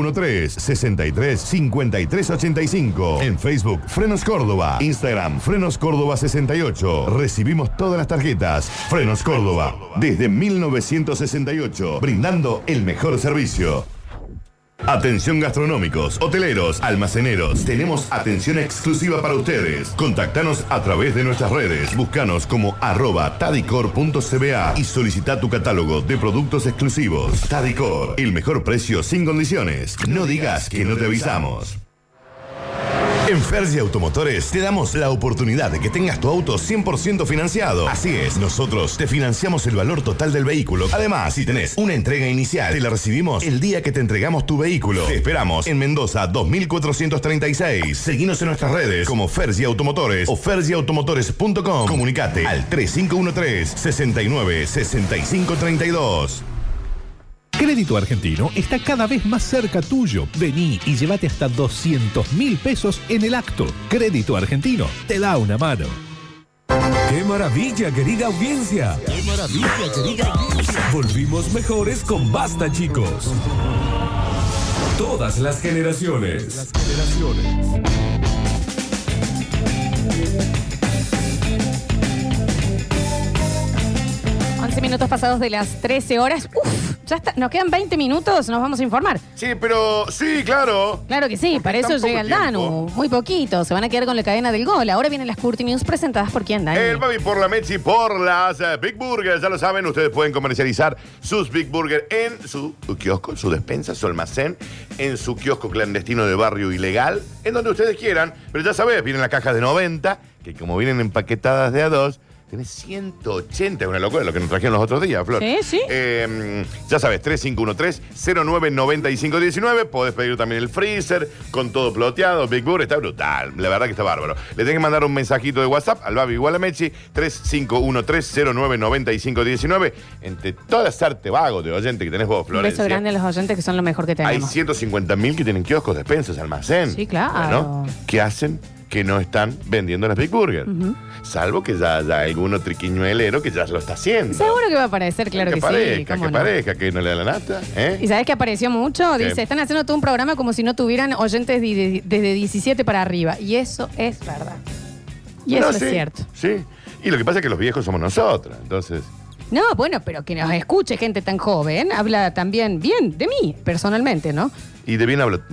S7: 3513-635385. En Facebook, Frenos Córdoba. Instagram, Frenos Córdoba 68. Recibimos todas las tarjetas. Frenos Córdoba, desde 1968, brindando el mejor servicio. Atención gastronómicos, hoteleros, almaceneros. Tenemos atención exclusiva para ustedes. Contactanos a través de nuestras redes. Búscanos como @tadicor.cba y solicita tu catálogo de productos exclusivos. Tadicor, el mejor precio sin condiciones. No digas que no te avisamos. En Fergie Automotores te damos la oportunidad de que tengas tu auto 100% financiado. Así es, nosotros te financiamos el valor total del vehículo. Además, si tenés una entrega inicial, te la recibimos el día que te entregamos tu vehículo. Te esperamos en Mendoza 2436. Seguinos en nuestras redes como Fergie Automotores o fergieautomotores.com. Comunicate al 3513-696532.
S6: Crédito Argentino está cada vez más cerca tuyo. Vení y llévate hasta 200.000 pesos en el acto. Crédito Argentino te da una mano.
S9: ¡Qué maravilla, querida audiencia! ¡Qué maravilla, querida audiencia! Volvimos mejores con Basta, chicos. Todas las generaciones.
S4: 11 minutos pasados de las 13 horas. Uf, ya está. Nos quedan 20 minutos, nos vamos a informar.
S1: Sí, pero sí, claro.
S4: Claro que sí, para eso llega el Danu. Muy poquito, se van a quedar con la cadena del gol. Ahora vienen las Curti News presentadas por quién, Dani.
S1: El Babi por la Mechi, por las Big Burgers. Ya lo saben, ustedes pueden comercializar sus Big Burgers en su kiosco, su despensa, su almacén, en su kiosco clandestino de barrio ilegal, en donde ustedes quieran. Pero ya sabes, vienen las cajas de 90, que como vienen empaquetadas de a 2, tenés 180, una locura, lo que nos trajeron los otros días, Flor.
S4: Sí, sí.
S1: Ya sabes, 3513-099519. Podés pedir también el freezer con todo ploteado. Big Burger está brutal. La verdad que está bárbaro. Le tenés que mandar un mensajito de WhatsApp al Babi igual a Mechi, 3513-099519. Entre toda esa arte vago de oyente que tenés vos,
S4: Un
S1: Florencia.
S4: beso grande a los oyentes que son lo mejor que
S1: Hay
S4: tenemos.
S1: 150.000 que tienen kioscos, despensas, almacén.
S4: Sí, claro.
S1: Bueno, ¿qué hacen? Que no están vendiendo las Big Burger. Salvo que ya alguno triquiñuelero que ya lo está haciendo.
S4: Seguro que va a aparecer, claro que sí.
S1: Parezca,
S4: ¿cómo
S1: que
S4: no?
S1: parezca, que no le da la nata.
S4: ¿Y sabes que apareció mucho?
S1: ¿Qué?
S4: Dice, están haciendo todo un programa como si no tuvieran oyentes desde 17 para arriba. Y eso es verdad. Y eso
S1: No, sí,
S4: es cierto.
S1: Sí. Y lo que pasa es que los viejos somos nosotros. Entonces,
S4: No, bueno, pero que nos escuche gente tan joven, habla también bien de mí, personalmente, ¿no?
S1: y de bien habla.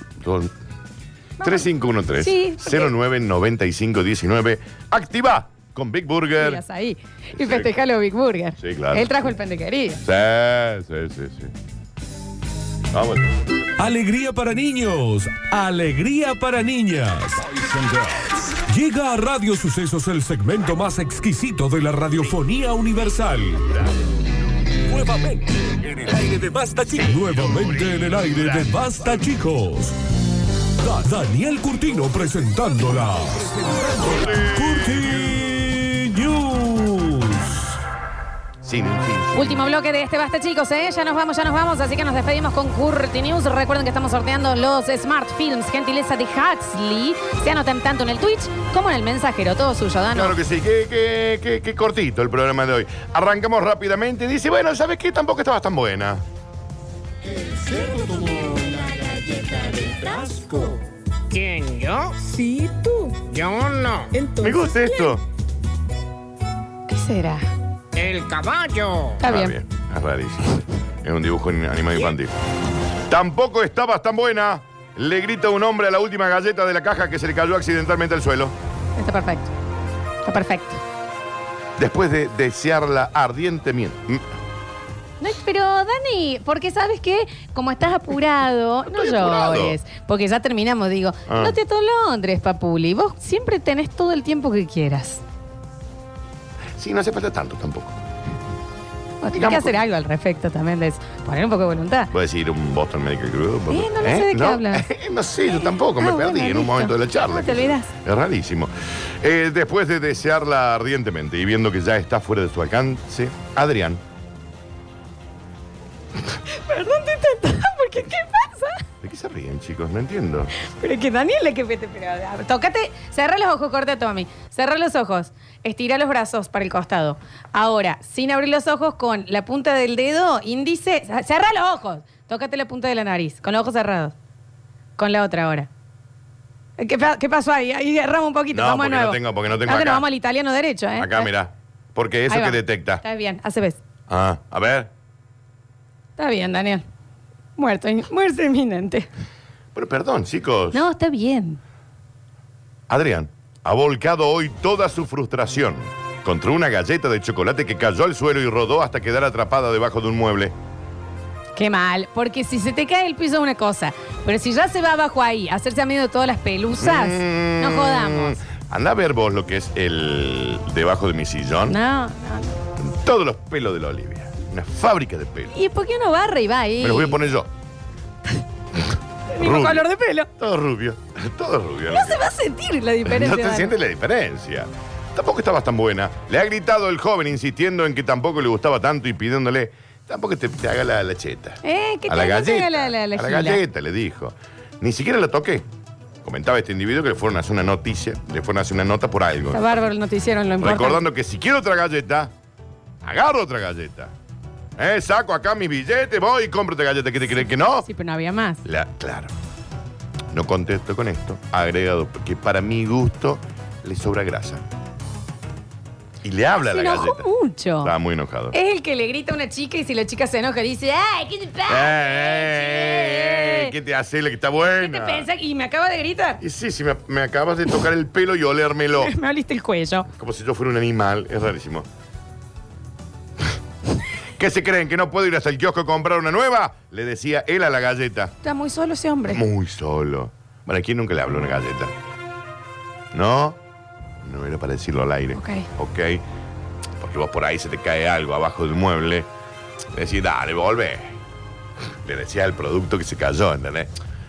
S1: 3513-099519. Activa con Big Burger.
S4: Digas ahí. Y festejalo Big Burger.
S1: Sí, claro.
S4: Él trajo el pan de quería.
S1: Sí. Vamos.
S9: Alegría para niños, alegría para niñas. Llega a Radio Sucesos el segmento más exquisito de la radiofonía universal. Nuevamente en el aire de Basta Chicos. Nuevamente en el aire de Basta Chicos. Daniel Curtino presentándola. Curti News.
S4: Último bloque de este Basta, chicos, ¿eh? Ya nos vamos, así que nos despedimos con Curti News. Recuerden que estamos sorteando los Smart Films, gentileza de Huxley. Se anotan tanto en el Twitch como en el mensajero. Todo suyo, Dano.
S1: Claro que sí, qué cortito el programa de hoy. Arrancamos rápidamente. Dice, bueno, ¿sabes qué? Tampoco estabas tan buena.
S23: El cerdo tomó la galleta del frasco. ¿Quién, yo? Sí, tú. Yo no. Entonces,
S1: Me gusta esto.
S4: ¿Qué será?
S23: El caballo.
S4: Está bien.
S1: Es rarísimo. Es un dibujo animado infantil. Tampoco estabas tan buena. Le grita un hombre a la última galleta de la caja que se le cayó accidentalmente al suelo.
S4: Está perfecto. Está perfecto.
S1: Después de desearla ardientemente.
S4: No, pero Dani, porque sabes que como estás apurado, no llores. Porque ya terminamos, digo, no te atolondres, Papuli. Vos siempre tenés todo el tiempo que quieras.
S1: Sí, no hace falta tanto tampoco.
S4: Tienes que hacer algo al respecto también de eso. Poner un poco de voluntad.
S1: ¿Voy a decir un Boston Medical Group?
S4: No sé de qué hablas.
S1: No sé, yo tampoco, me perdí en un momento de la charla.
S4: No te olvidas.
S1: Es rarísimo. Después de desearla ardientemente y viendo que ya está fuera de su alcance, Adrián.
S4: Perdón, te intentaba, porque ¿qué pasa?
S1: ¿De qué se ríen, chicos? No entiendo.
S4: Pero es que Daniel es que vete, pero tócate, cerra los ojos, corta Tommy. Cerra los ojos, estira los brazos para el costado. Ahora, sin abrir los ojos, con la punta del dedo índice, cerra los ojos. Tócate la punta de la nariz, con los ojos cerrados. Con la otra ahora. ¿Qué pasó ahí? Ahí erramos un poquito, vamos de nuevo.
S1: Porque no tengo acá.
S4: No, vamos al italiano derecho, ¿eh?
S1: Acá, mirá. Porque eso que detecta.
S4: Está bien, hace ves.
S1: A ver.
S4: Está bien, Daniel. Muerte inminente.
S1: Pero perdón, chicos.
S4: No, está bien.
S1: Adrián ha volcado hoy toda su frustración contra una galleta de chocolate que cayó al suelo y rodó hasta quedar atrapada debajo de un mueble.
S4: Qué mal, porque si se te cae el piso es una cosa, pero si ya se va abajo ahí a hacerse amigo de todas las pelusas, no jodamos.
S1: Anda a ver vos lo que es el debajo de mi sillón.
S4: No.
S1: Todos los pelos de la Olivia. Una fábrica de pelo.
S4: ¿Y por qué no barra y va ahí?
S1: Me los voy a poner yo.
S4: El mismo color de pelo.
S1: Todo rubio. Todo rubio.
S4: No se va a sentir la diferencia.
S1: No se siente la diferencia. Tampoco estabas tan buena. Le ha gritado el joven insistiendo en que tampoco le gustaba tanto y pidiéndole, tampoco te haga la cheta.
S4: ¿Qué
S1: a la galleta.
S4: La
S1: a la galleta, le dijo. Ni siquiera la toqué. Comentaba este individuo que le fueron a hacer una noticia, le fueron a hacer una nota por algo.
S4: Está bárbaro el noticiero en lo importante.
S1: Recordando que si quiero otra galleta, agarro otra galleta. Saco acá mis billetes, voy y compro otra galleta. ¿Qué te crees que no?
S4: Sí, pero no había más.
S1: Claro. No contesto con esto. Agregado que para mi gusto le sobra grasa. Y le habla a la galleta.
S4: Se enojó mucho.
S1: Estaba muy enojado.
S4: Es el que le grita a una chica y si la chica se enoja dice, ¡ay, qué te pasa!
S1: ¿Qué te hace la que está buena?
S4: ¿Qué te pensás? Y me acaba de gritar.
S1: Y sí, me acabas de tocar el pelo y olérmelo.
S4: Me oliste el cuello.
S1: Como si yo fuera un animal. Es rarísimo. ¿Qué se creen? ¿Que no puedo ir hasta el kiosco a comprar una nueva? Le decía él a la galleta.
S4: Está muy solo ese hombre.
S1: Muy solo. Bueno, ¿a quién nunca le habló una galleta? ¿No? No era para decirlo al aire.
S4: Ok.
S1: Porque vos por ahí se te cae algo abajo del mueble. Le decís, dale, volvé. Le decía al producto que se cayó, ¿entendés?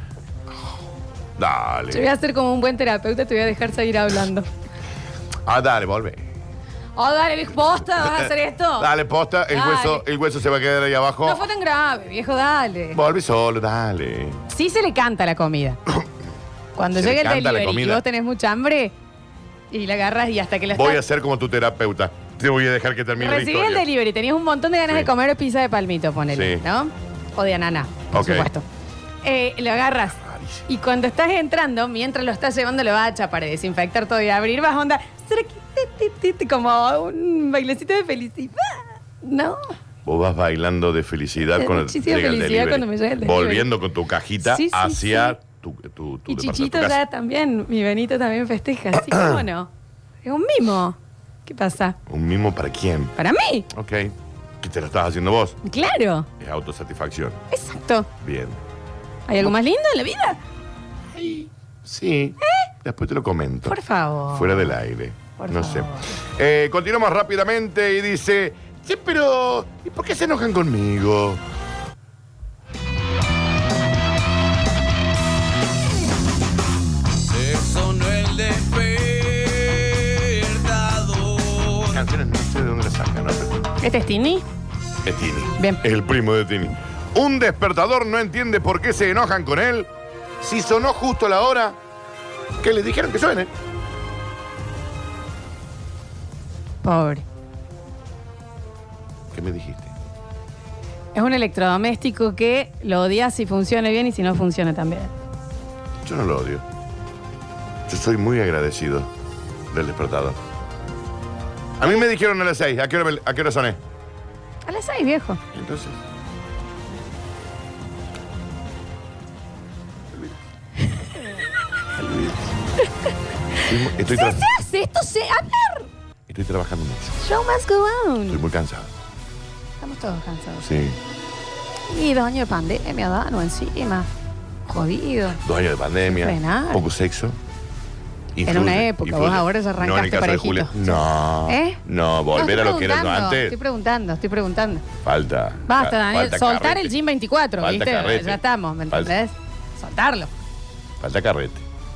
S1: Dale.
S4: Yo voy a ser como un buen terapeuta, te voy a dejar seguir hablando.
S1: Dale, volvé.
S4: Dale, viejo, posta, ¿vas a hacer esto?
S1: Dale, posta, el hueso se va a quedar ahí abajo.
S4: No fue tan grave, viejo, dale.
S1: Volví solo, dale.
S4: Sí se le canta la comida. Cuando llegue el delivery y vos tenés mucha hambre y la agarras y hasta que la
S1: Voy a ser como tu terapeuta. Te voy a dejar que termine la
S4: Recibí
S1: historia.
S4: el delivery, tenías un montón de ganas de comer pizza de palmito, ponele, ¿no? O de ananá, por supuesto. Lo agarras. Y cuando estás entrando, mientras lo estás llevando, lo vas a para desinfectar todo y abrir, vas a onda como un bailecito de felicidad, ¿no?
S1: Vos vas bailando de felicidad cuando te llega el delivery.
S4: Cuando me llega el delivery.
S1: Volviendo con tu cajita hacia tu
S4: y Chichito ya también, mi Benito también festeja, así como no. Es un mimo. ¿Qué pasa?
S1: ¿Un mimo para quién?
S4: Para mí.
S1: Ok. ¿Qué te lo estás haciendo vos?
S4: Claro.
S1: Es autosatisfacción.
S4: Exacto.
S1: Bien.
S4: ¿Hay algo más lindo en la vida?
S1: Sí. Después te lo comento.
S4: Por favor.
S1: Fuera del aire.
S4: No
S1: sé. Continuamos rápidamente y dice, sí, pero ¿y por qué se enojan conmigo?
S23: Se sonó el despertador.
S1: Canciones no sé de dónde las sacan, ¿no?
S4: ¿Este es Tini?
S1: Es Tini.
S4: Bien.
S1: Es el primo de Tini. Un despertador no entiende por qué se enojan con él si sonó justo a la hora que les dijeron que suene.
S4: Pobre.
S1: ¿Qué me dijiste?
S4: Es un electrodoméstico que lo odias si funciona bien y si no funciona también.
S1: Yo no lo odio. Yo soy muy agradecido del despertador. A mí me dijeron a las 6. ¿A qué hora soné?
S4: A las 6, viejo.
S1: Entonces.
S4: Se hace, esto se... A ver.
S1: Estoy trabajando mucho.
S4: Show must go on.
S1: Estoy muy cansado.
S4: Estamos todos cansados.
S1: Sí.
S4: Y 2 años de pandemia, Dano, encima. Jodido.
S1: 2 años de pandemia.
S4: Frenar.
S1: Poco sexo.
S4: En una época, vos ahora ya
S1: No, en el
S4: arrancaste
S1: caso de
S4: parejito.
S1: Julia. No.
S4: ¿Eh?
S1: No, volver a lo que era antes.
S4: Estoy preguntando.
S1: Falta.
S4: Basta, Daniel.
S1: falta
S4: Soltar
S1: carrete.
S4: el Gym 24,
S1: Falta
S4: ¿viste?
S1: carrete.
S4: Ya estamos, ¿me
S1: Falta.
S4: entendés? Soltarlo.
S1: Falta carrete.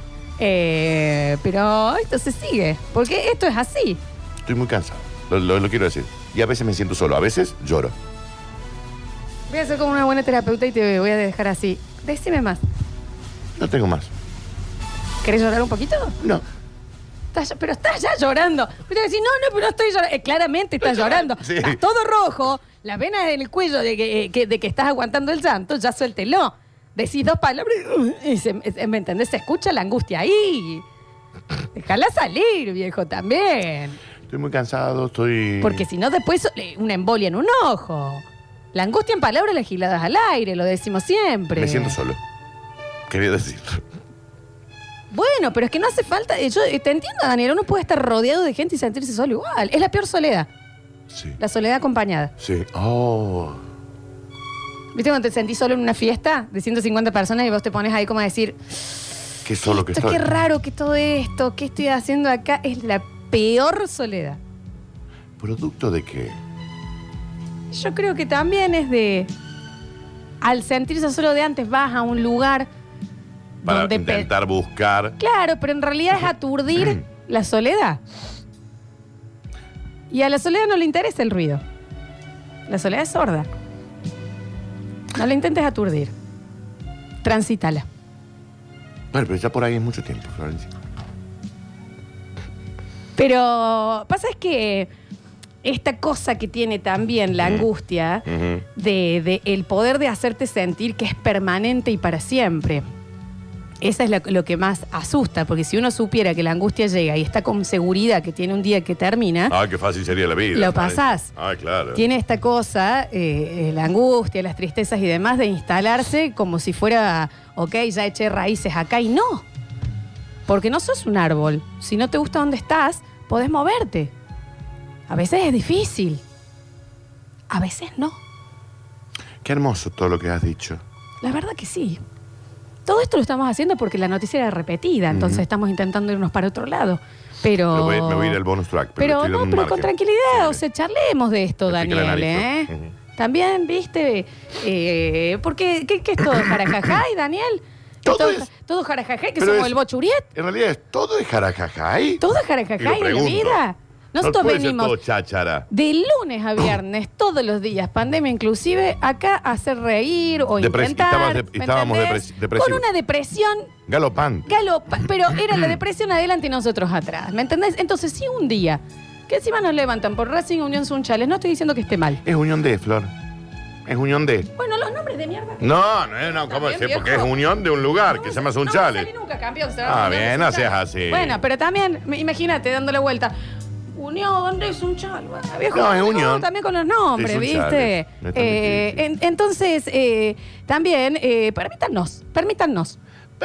S4: Pero esto se sigue. Porque esto es así.
S1: Estoy muy cansado. Lo quiero decir. Y a veces me siento solo. A veces lloro.
S4: Voy a ser como una buena terapeuta y te voy a dejar así. Decime más.
S1: No tengo más.
S4: ¿Querés llorar un poquito?
S1: No.
S4: Pero estás ya llorando. Pero decís, no, pero no estoy llorando. Claramente estás llorando.
S1: Sí.
S4: Estás todo rojo. Las venas en el cuello de que estás aguantando el llanto, ya suéltelo. Decís 2 palabras y ¿me entendés? Se escucha la angustia ahí. Déjala salir, viejo, también.
S1: Estoy muy cansado, estoy...
S4: Porque si no, después una embolia en un ojo. La angustia en palabras legisladas al aire, lo decimos siempre.
S1: Me siento solo. Quería decir.
S4: Bueno, pero es que no hace falta. Yo te entiendo, Daniel. Uno puede estar rodeado de gente y sentirse solo igual. Es la peor soledad.
S1: Sí.
S4: La soledad acompañada.
S1: Sí. Oh.
S4: ¿Viste cuando te sentís solo en una fiesta de 150 personas y vos te pones ahí como a decir,
S1: Qué solo que estoy.
S4: qué raro que todo esto, qué estoy haciendo acá? Es la peor soledad.
S1: ¿Producto de qué?
S4: Yo creo que también es de... Al sentirse solo de antes vas a un lugar
S1: Para
S4: donde...
S1: intentar buscar...
S4: Claro, pero en realidad es aturdir la soledad. Y a la soledad no le interesa el ruido. La soledad es sorda. No la intentes aturdir. Transítala.
S1: Bueno, pero ya por ahí es mucho tiempo, Florencia.
S4: Pero pasa es que esta cosa que tiene también la angustia de el poder de hacerte sentir que es permanente y para siempre. Esa es lo que más asusta, porque si uno supiera que la angustia llega y está con seguridad que tiene un día que termina,
S1: Ah, qué fácil sería la vida.
S4: Lo pasás.
S1: Ah, claro.
S4: tiene esta cosa, la angustia, las tristezas y demás, de instalarse como si fuera, ok, ya eché raíces acá, y no. Porque no sos un árbol. Si no te gusta donde estás, podés moverte. A veces es difícil. A veces no.
S1: Qué hermoso todo lo que has dicho.
S4: La verdad que sí. Todo esto lo estamos haciendo porque la noticia era repetida, entonces estamos intentando irnos para otro lado. Pero
S1: Me voy a ir al bonus track.
S4: Pero
S1: estoy dando
S4: no,
S1: un
S4: pero
S1: margen.
S4: con tranquilidad, o sea, charlemos de esto,
S1: Me pica la
S4: Daniel,
S1: nariz,
S4: ¿eh? También, ¿viste? Porque, ¿qué es todo jarajajay, Daniel? Todo jarajajay, que
S1: Pero
S4: somos
S1: es-
S4: el Bochuriet.
S1: En realidad es todo de jarajajay.
S4: Todo
S1: Y lo
S4: jarajajay en la
S1: pregunto.
S4: vida. Nosotros
S1: no puede ser
S4: venimos
S1: todo cháchara.
S4: de lunes a viernes, todos los días, pandemia inclusive, acá a hacer reír o intentar.
S1: Estábamos
S4: ¿me entendés?
S1: depresivos.
S4: Con una depresión
S1: Galopante.
S4: pero era la depresión adelante y nosotros atrás, ¿me entendés? Entonces, si un día, que encima nos levantan por Racing Unión Sunchales, no estoy diciendo que esté mal.
S1: Es unión de, Flor. Es unión de.
S4: Bueno, los nombres de mierda.
S1: No, ¿cómo
S4: También,
S1: decir? Porque es
S4: viejo.
S1: unión de un lugar que se llama Sunchales.
S4: No nunca, campeón. se va a
S1: Ah,
S4: Unión
S1: bien,
S4: de
S1: no seas
S4: Sunchales.
S1: así.
S4: Bueno, pero también, imagínate, dándole vuelta. Unión de Sunchales. Bueno, viejo,
S1: No, es unión.
S4: también con los nombres,
S1: De
S4: ¿viste?
S1: Sunchales. No es tan
S4: Entonces, también, permítanos.
S1: Permítanos.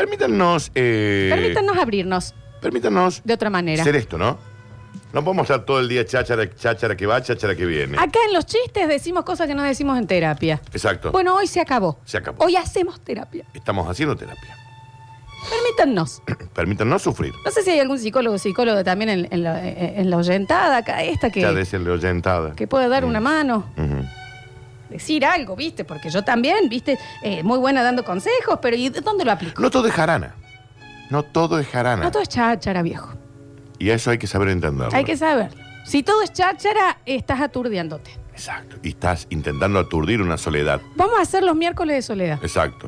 S4: Permítanos abrirnos
S1: Permítanos
S4: de otra manera.
S1: ser esto, ¿no? No podemos estar todo el día cháchara que va, cháchara que viene.
S4: Acá en los chistes decimos cosas que no decimos en terapia.
S1: Exacto.
S4: Bueno, hoy se acabó.
S1: Se acabó.
S4: Hoy hacemos terapia.
S1: Estamos haciendo terapia.
S4: Permítanos.
S1: Permítanos sufrir.
S4: No sé si hay algún psicólogo también en la oyentada acá, esta
S1: Ya
S4: que,
S1: decirle oyentada.
S4: que puede dar una mano.
S1: Ujú.
S4: Decir algo, ¿viste? Porque yo también, ¿viste? Muy buena dando consejos, pero ¿y dónde lo aplico?
S1: No todo es jarana. No todo es jarana.
S4: No todo es cháchara, viejo.
S1: Y eso hay que saber entenderlo.
S4: Hay que saberlo. Si todo es cháchara, estás aturdiándote.
S1: Exacto. Y estás intentando aturdir una soledad.
S4: Vamos a hacer los miércoles de soledad.
S1: Exacto.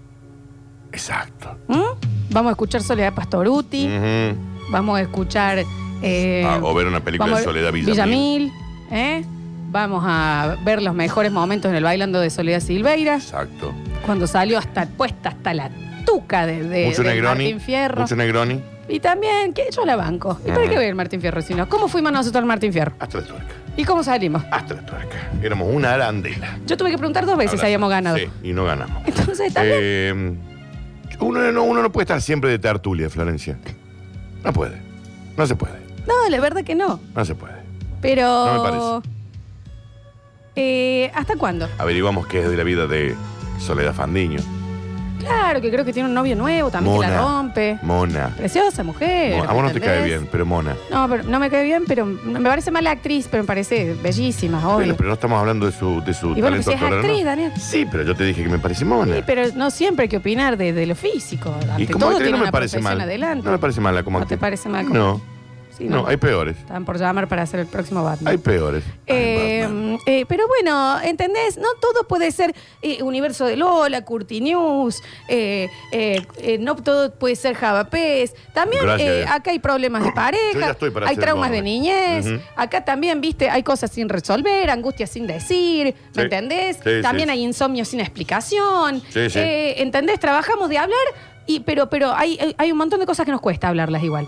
S1: Exacto.
S4: ¿Mm? Vamos a escuchar Soledad Pastoruti.
S1: Ujú.
S4: Vamos a escuchar...
S1: O ver una película
S4: vamos
S1: de
S4: a-
S1: Soledad Villamil.
S4: ¿eh? Vamos a ver los mejores momentos en el Bailando de Soledad Silveira.
S1: Exacto.
S4: Cuando salió puesta hasta la tuca de
S1: Mucho
S4: de
S1: Negroni.
S4: Martín Fierro.
S1: Mucho Negroni.
S4: Y también, que yo la banco. ¿Y para
S1: Ujú.
S4: qué ver Martín Fierro si no? ¿Cómo fuimos nosotros al Martín Fierro?
S1: Hasta la tuerca.
S4: ¿Y cómo salimos?
S1: Hasta la tuerca. Éramos una arandela.
S4: Yo tuve que preguntar 2 veces si habíamos ganado.
S1: Sí, y no ganamos.
S4: Entonces también.
S1: Uno no puede estar siempre de tertulia, Florencia. No puede. No se puede.
S4: No, la verdad que no.
S1: No se puede.
S4: Pero.
S1: No me parece.
S4: ¿Hasta cuándo?
S1: Averiguamos qué es de la vida de Soledad Fandiño.
S4: Claro, que creo que tiene un novio nuevo también que la rompe.
S1: Mona.
S4: Preciosa mujer.
S1: A vos no te
S4: ¿entendés?
S1: cae bien, pero Mona.
S4: No, pero no me cae bien, pero me parece mala actriz, pero me parece bellísima, obvio.
S1: Bueno, pero no estamos hablando de su
S4: Y bueno,
S1: talento
S4: si es
S1: actoral,
S4: actriz,
S1: ¿no?
S4: Daniel.
S1: Sí, pero yo te dije que me parece Mona.
S4: Sí, pero no siempre hay que opinar de lo físico.
S1: Y
S4: Ante
S1: como
S4: todo
S1: actriz
S4: tiene
S1: no me
S4: una
S1: parece
S4: profesión
S1: mal.
S4: adelante.
S1: No me parece mala como
S4: ¿No
S1: actriz.
S4: te parece mal como
S1: No.
S4: Sí,
S1: no, hay peores.
S4: Están por llamar para hacer el próximo Batman.
S1: Hay peores.
S4: Pero bueno, ¿entendés? No todo puede ser universo de Lola, Curti News, no todo puede ser Javapés. También
S1: Gracias.
S4: acá hay problemas de
S1: Yo
S4: pareja,
S1: ya estoy para
S4: hay
S1: hacer
S4: traumas de
S1: Batman.
S4: niñez,
S1: Ujú.
S4: acá también, viste, hay cosas sin resolver, angustias sin decir, ¿me
S1: Sí.
S4: entendés?
S1: Sí,
S4: También
S1: sí.
S4: hay insomnio sin explicación.
S1: Sí, sí.
S4: ¿Entendés? Trabajamos de hablar, pero hay un montón de cosas que nos cuesta hablarlas igual.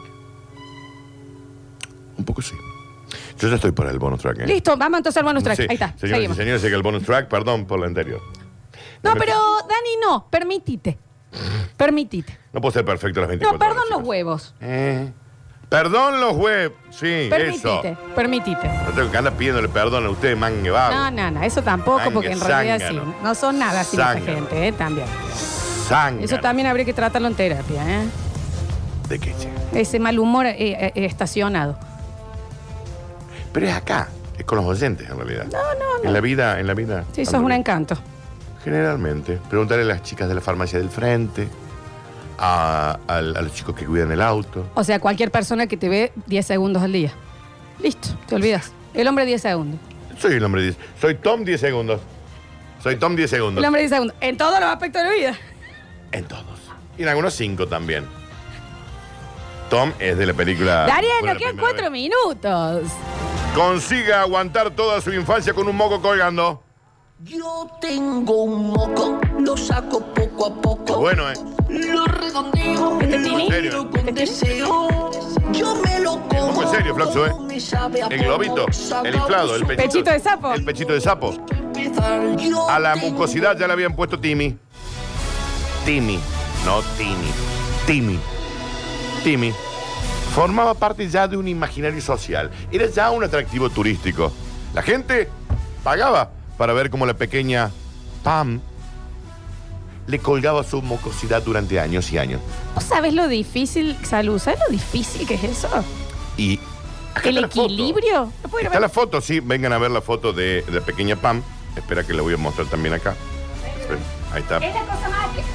S1: Un poco sí. Yo ya estoy para el bonus track.
S4: Listo, vamos entonces al bonus track.
S1: Sí,
S4: Ahí está,
S1: señoras y
S4: seguimos.
S1: señores, llega el bonus track. Perdón por lo anterior.
S4: No, pero Dani, no, permitite. Permitite.
S1: No puedo ser perfecto a las
S4: No,
S1: 24
S4: perdón
S1: horas.
S4: los huevos.
S1: Perdón los web. Sí,
S4: Permitite,
S1: eso.
S4: permitite.
S1: No tengo que andar pidiéndole perdón a usted, mangue vago.
S4: No, eso tampoco,
S1: Mangue
S4: porque en realidad sí.
S1: zángano.
S4: No son nada sin esta
S1: Zángano.
S4: gente, también.
S1: Sangre.
S4: Eso también habría que tratarlo en terapia,
S1: ¿De qué, che?
S4: Ese mal humor estacionado.
S1: Pero es acá. Es con los oyentes, en realidad.
S4: No.
S1: En la vida.
S4: Sí, sos un encanto.
S1: Generalmente. Preguntarle a las chicas de la farmacia del frente, a los chicos que cuidan el auto.
S4: O sea, cualquier persona que te ve 10 segundos al día. Listo, te olvidas. El hombre 10 segundos.
S1: Soy el hombre 10. Soy Tom 10 segundos. Soy Tom 10 segundos.
S4: El hombre 10 segundos. En todos los aspectos de la vida.
S1: En todos. Y en algunos 5 también. Tom es de la película.
S4: Daniel,
S1: Fue la
S4: nos quedan
S1: primera
S4: 4 minutos.
S1: vez. Consiga aguantar toda su infancia con un moco colgando.
S23: Yo tengo un moco, lo saco poco a poco.
S1: Bueno,
S23: Lo redondeo,
S1: ¿En serio?
S23: lo con deseo. Yo me lo como.
S1: Un poco en serio, Flaxo, ¿eh?
S23: Me sabe a
S1: El globito,
S23: poco,
S1: el inflado, el pechito.
S4: Pechito de sapo.
S1: El pechito de sapo.
S23: Yo
S1: A la
S23: tengo-
S1: mucosidad ya le habían puesto Timmy. Timmy, no Timmy. Timmy. Timmy. Formaba parte ya de un imaginario social. Era ya un atractivo turístico. La gente pagaba para ver cómo la pequeña Pam le colgaba su mucosidad durante años y años.
S4: ¿Vos sabés lo difícil, Salud? ¿Sabés lo difícil que es eso?
S1: Y acá
S4: ¿El
S1: está la foto.
S4: equilibrio? ¿No puedo ir a
S1: Está
S4: ver?
S1: la foto, sí. Vengan a ver la foto de la pequeña Pam. Espera que la voy a mostrar también acá. Espera, ahí está.
S4: Es la cosa más que...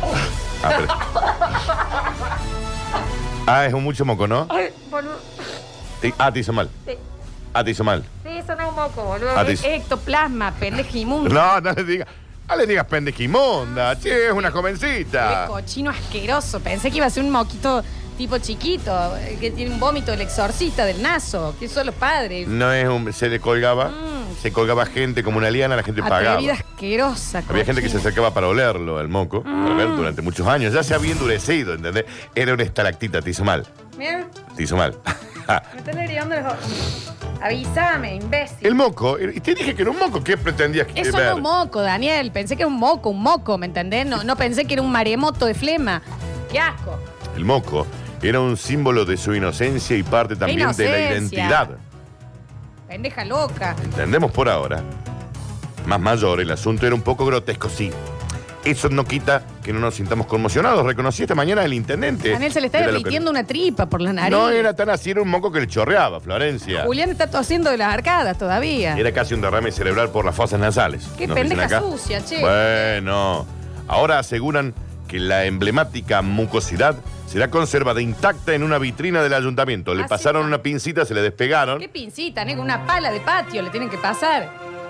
S1: Es un mucho moco, ¿no?
S4: Ay, boludo.
S1: Te hizo mal.
S4: Sí.
S1: Te hizo mal.
S4: Sí, eso no es un moco, boludo.
S1: Ah,
S4: Es
S1: dice-
S4: ectoplasma, pendeja inmundo.
S1: No le digas. No le digas pendejimonda. Che, es una
S4: Qué
S1: jovencita.
S4: cochino asqueroso. Pensé que iba a ser un moquito tipo chiquito, que tiene un vómito del exorcista del naso, que son los padres.
S1: No es un. Se le colgaba. Se colgaba gente como una liana, la gente pagaba.
S4: Atrevida asquerosa.
S1: Había gente que se
S4: cochina.
S1: acercaba para olerlo, el moco, para ver durante muchos años. Ya se había endurecido, ¿entendés? Era una estalactita, te hizo mal.
S4: Mira,
S1: Te hizo mal.
S4: me estás derivando los ojos. Avísame, imbécil.
S1: El moco, y te dije que era un moco, ¿qué pretendías
S4: Eso no
S1: ver?
S4: es un moco, Daniel. Pensé que era un moco, ¿me entendés? No pensé que era un maremoto de flema. Qué asco.
S1: El moco era un símbolo de su inocencia y parte también de la
S4: Inocencia.
S1: identidad.
S4: Pendeja loca.
S1: Entendemos por ahora. Más mayor, el asunto era un poco grotesco, sí. Eso no quita que no nos sintamos conmocionados. Reconocí esta mañana al intendente.
S4: Daniel se le está
S1: de la
S4: derritiendo una tripa por la nariz.
S1: No era tan así, era un moco que le chorreaba, Florencia.
S4: Julián está tosiendo de las arcadas todavía.
S1: Era casi un derrame cerebral por las fosas nasales.
S4: Qué
S1: ¿Nos dicen
S4: pendeja
S1: acá?
S4: sucia, che.
S1: Bueno, ahora aseguran que la emblemática mucosidad será conservada intacta en una vitrina del ayuntamiento. Le
S4: Ah,
S1: pasaron
S4: sí.
S1: una pincita, se le despegaron.
S4: Qué pincita, con una pala de patio le tienen que pasar.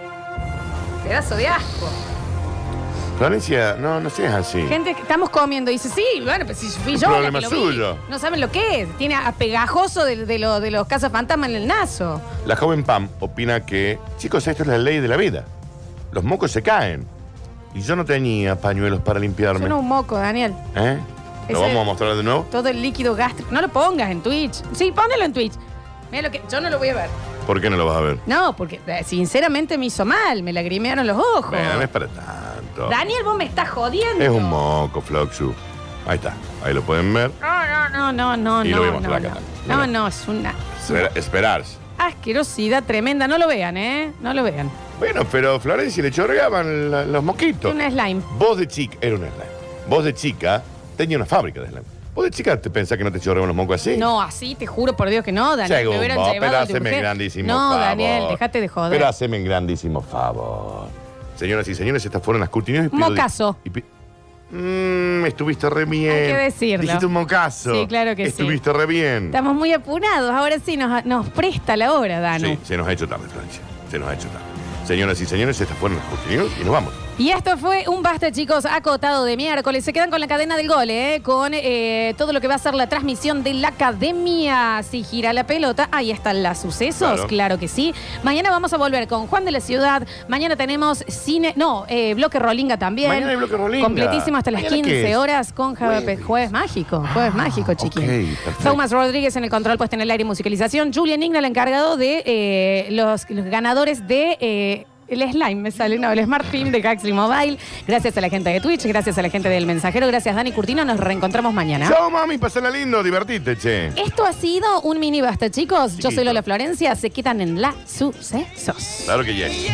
S4: Pedazo de asco.
S1: Florencia, no seas así.
S4: Gente que estamos comiendo y dice, sí, bueno, pues si fui
S1: Es
S4: yo la
S1: problema
S4: que lo vi.
S1: suyo.
S4: No saben lo que es. Tiene a pegajoso de los cazafantasmas en el naso.
S1: La joven Pam opina que, chicos, esto es la ley de la vida. Los mocos se caen. Y yo no tenía pañuelos para limpiarme.
S4: Eso no es un moco, Daniel.
S1: ¿Eh? ¿Lo
S4: Ese-
S1: vamos a mostrar de nuevo?
S4: Todo el líquido gástrico. No lo pongas en Twitch. Sí, ponelo en Twitch. Mira lo que. Yo no lo voy a ver.
S1: ¿Por qué no lo vas a ver?
S4: No, porque sinceramente me hizo mal. Me lagrimearon los ojos.
S1: Bueno, no es para tanto.
S4: Daniel, vos me estás jodiendo.
S1: Es un moco, Floxu. Ahí está. Ahí lo pueden ver.
S4: No,
S1: Y lo vemos
S4: no,
S1: acá
S4: no.
S1: también.
S4: No, es una
S1: Esperarse.
S4: asquerosidad tremenda. No lo vean, ¿eh? No lo vean.
S1: Bueno, pero Florencia le chorreaban los mosquitos.
S4: Un slime.
S1: Vos de chica, era un slime. Vos de chica tenía una fábrica de slime. ¿Vos de chica te pensás que no te chorreaban los mocos así?
S4: No, así te juro por Dios que no, Daniel.
S1: Según
S4: Me hubieran
S1: vos,
S4: llevado
S1: pero
S4: al
S1: haceme
S4: dibujero.
S1: grandísimo
S4: No,
S1: favor.
S4: Daniel, déjate de joder.
S1: Pero haceme grandísimo favor. Señoras y señores, estas fueron las cortinas.
S4: Mocazo.
S1: Estuviste re bien.
S4: Hay que decirlo.
S1: Dijiste un mocazo.
S4: Sí, claro que sí.
S1: Estuviste re bien.
S4: Estamos muy apurados. Ahora sí nos presta la hora, Danu.
S1: Sí, se nos ha hecho tarde, Florencia. Se nos ha hecho tarde. Señoras y señores, estas fueron las cortinas y nos vamos.
S4: Y esto fue un Basta, chicos, acotado de miércoles. Se quedan con la cadena del gol, con todo lo que va a ser la transmisión de la academia. Si gira la pelota, ahí están los sucesos, claro que sí. Mañana vamos a volver con Juan de la Ciudad. Mañana tenemos bloque Rolinga también.
S1: Mañana hay bloque Rolinga.
S4: Completísimo hasta las
S1: ¿Mañana
S4: 15 horas con Jueves Mágico. Jueves Mágico, chiquín.
S1: Ok, perfecto.
S4: Thomas Rodríguez en el control puesto en el aire y musicalización. Julian Ignal, encargado de los ganadores de... el slime me sale, no, el Smart Team de Huxley Mobile. Gracias a la gente de Twitch, gracias a la gente del Mensajero, gracias Dani Curtino, nos reencontramos mañana.
S1: Chao, mami, pasala lindo, divertite, che.
S4: Esto ha sido un mini Basta, chicos. Yo soy
S1: Chiquito.
S4: Lola Florencia, se quedan en la sucesos.
S1: Claro que yes.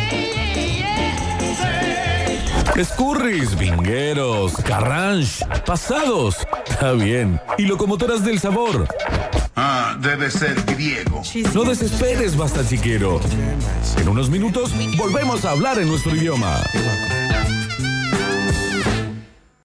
S9: Escurris, vingueros, carranche, pasados. Está bien. Y locomotoras del sabor.
S8: Ah, debe ser griego.
S9: No desesperes, basta chiquero. En unos minutos volvemos a hablar en nuestro idioma.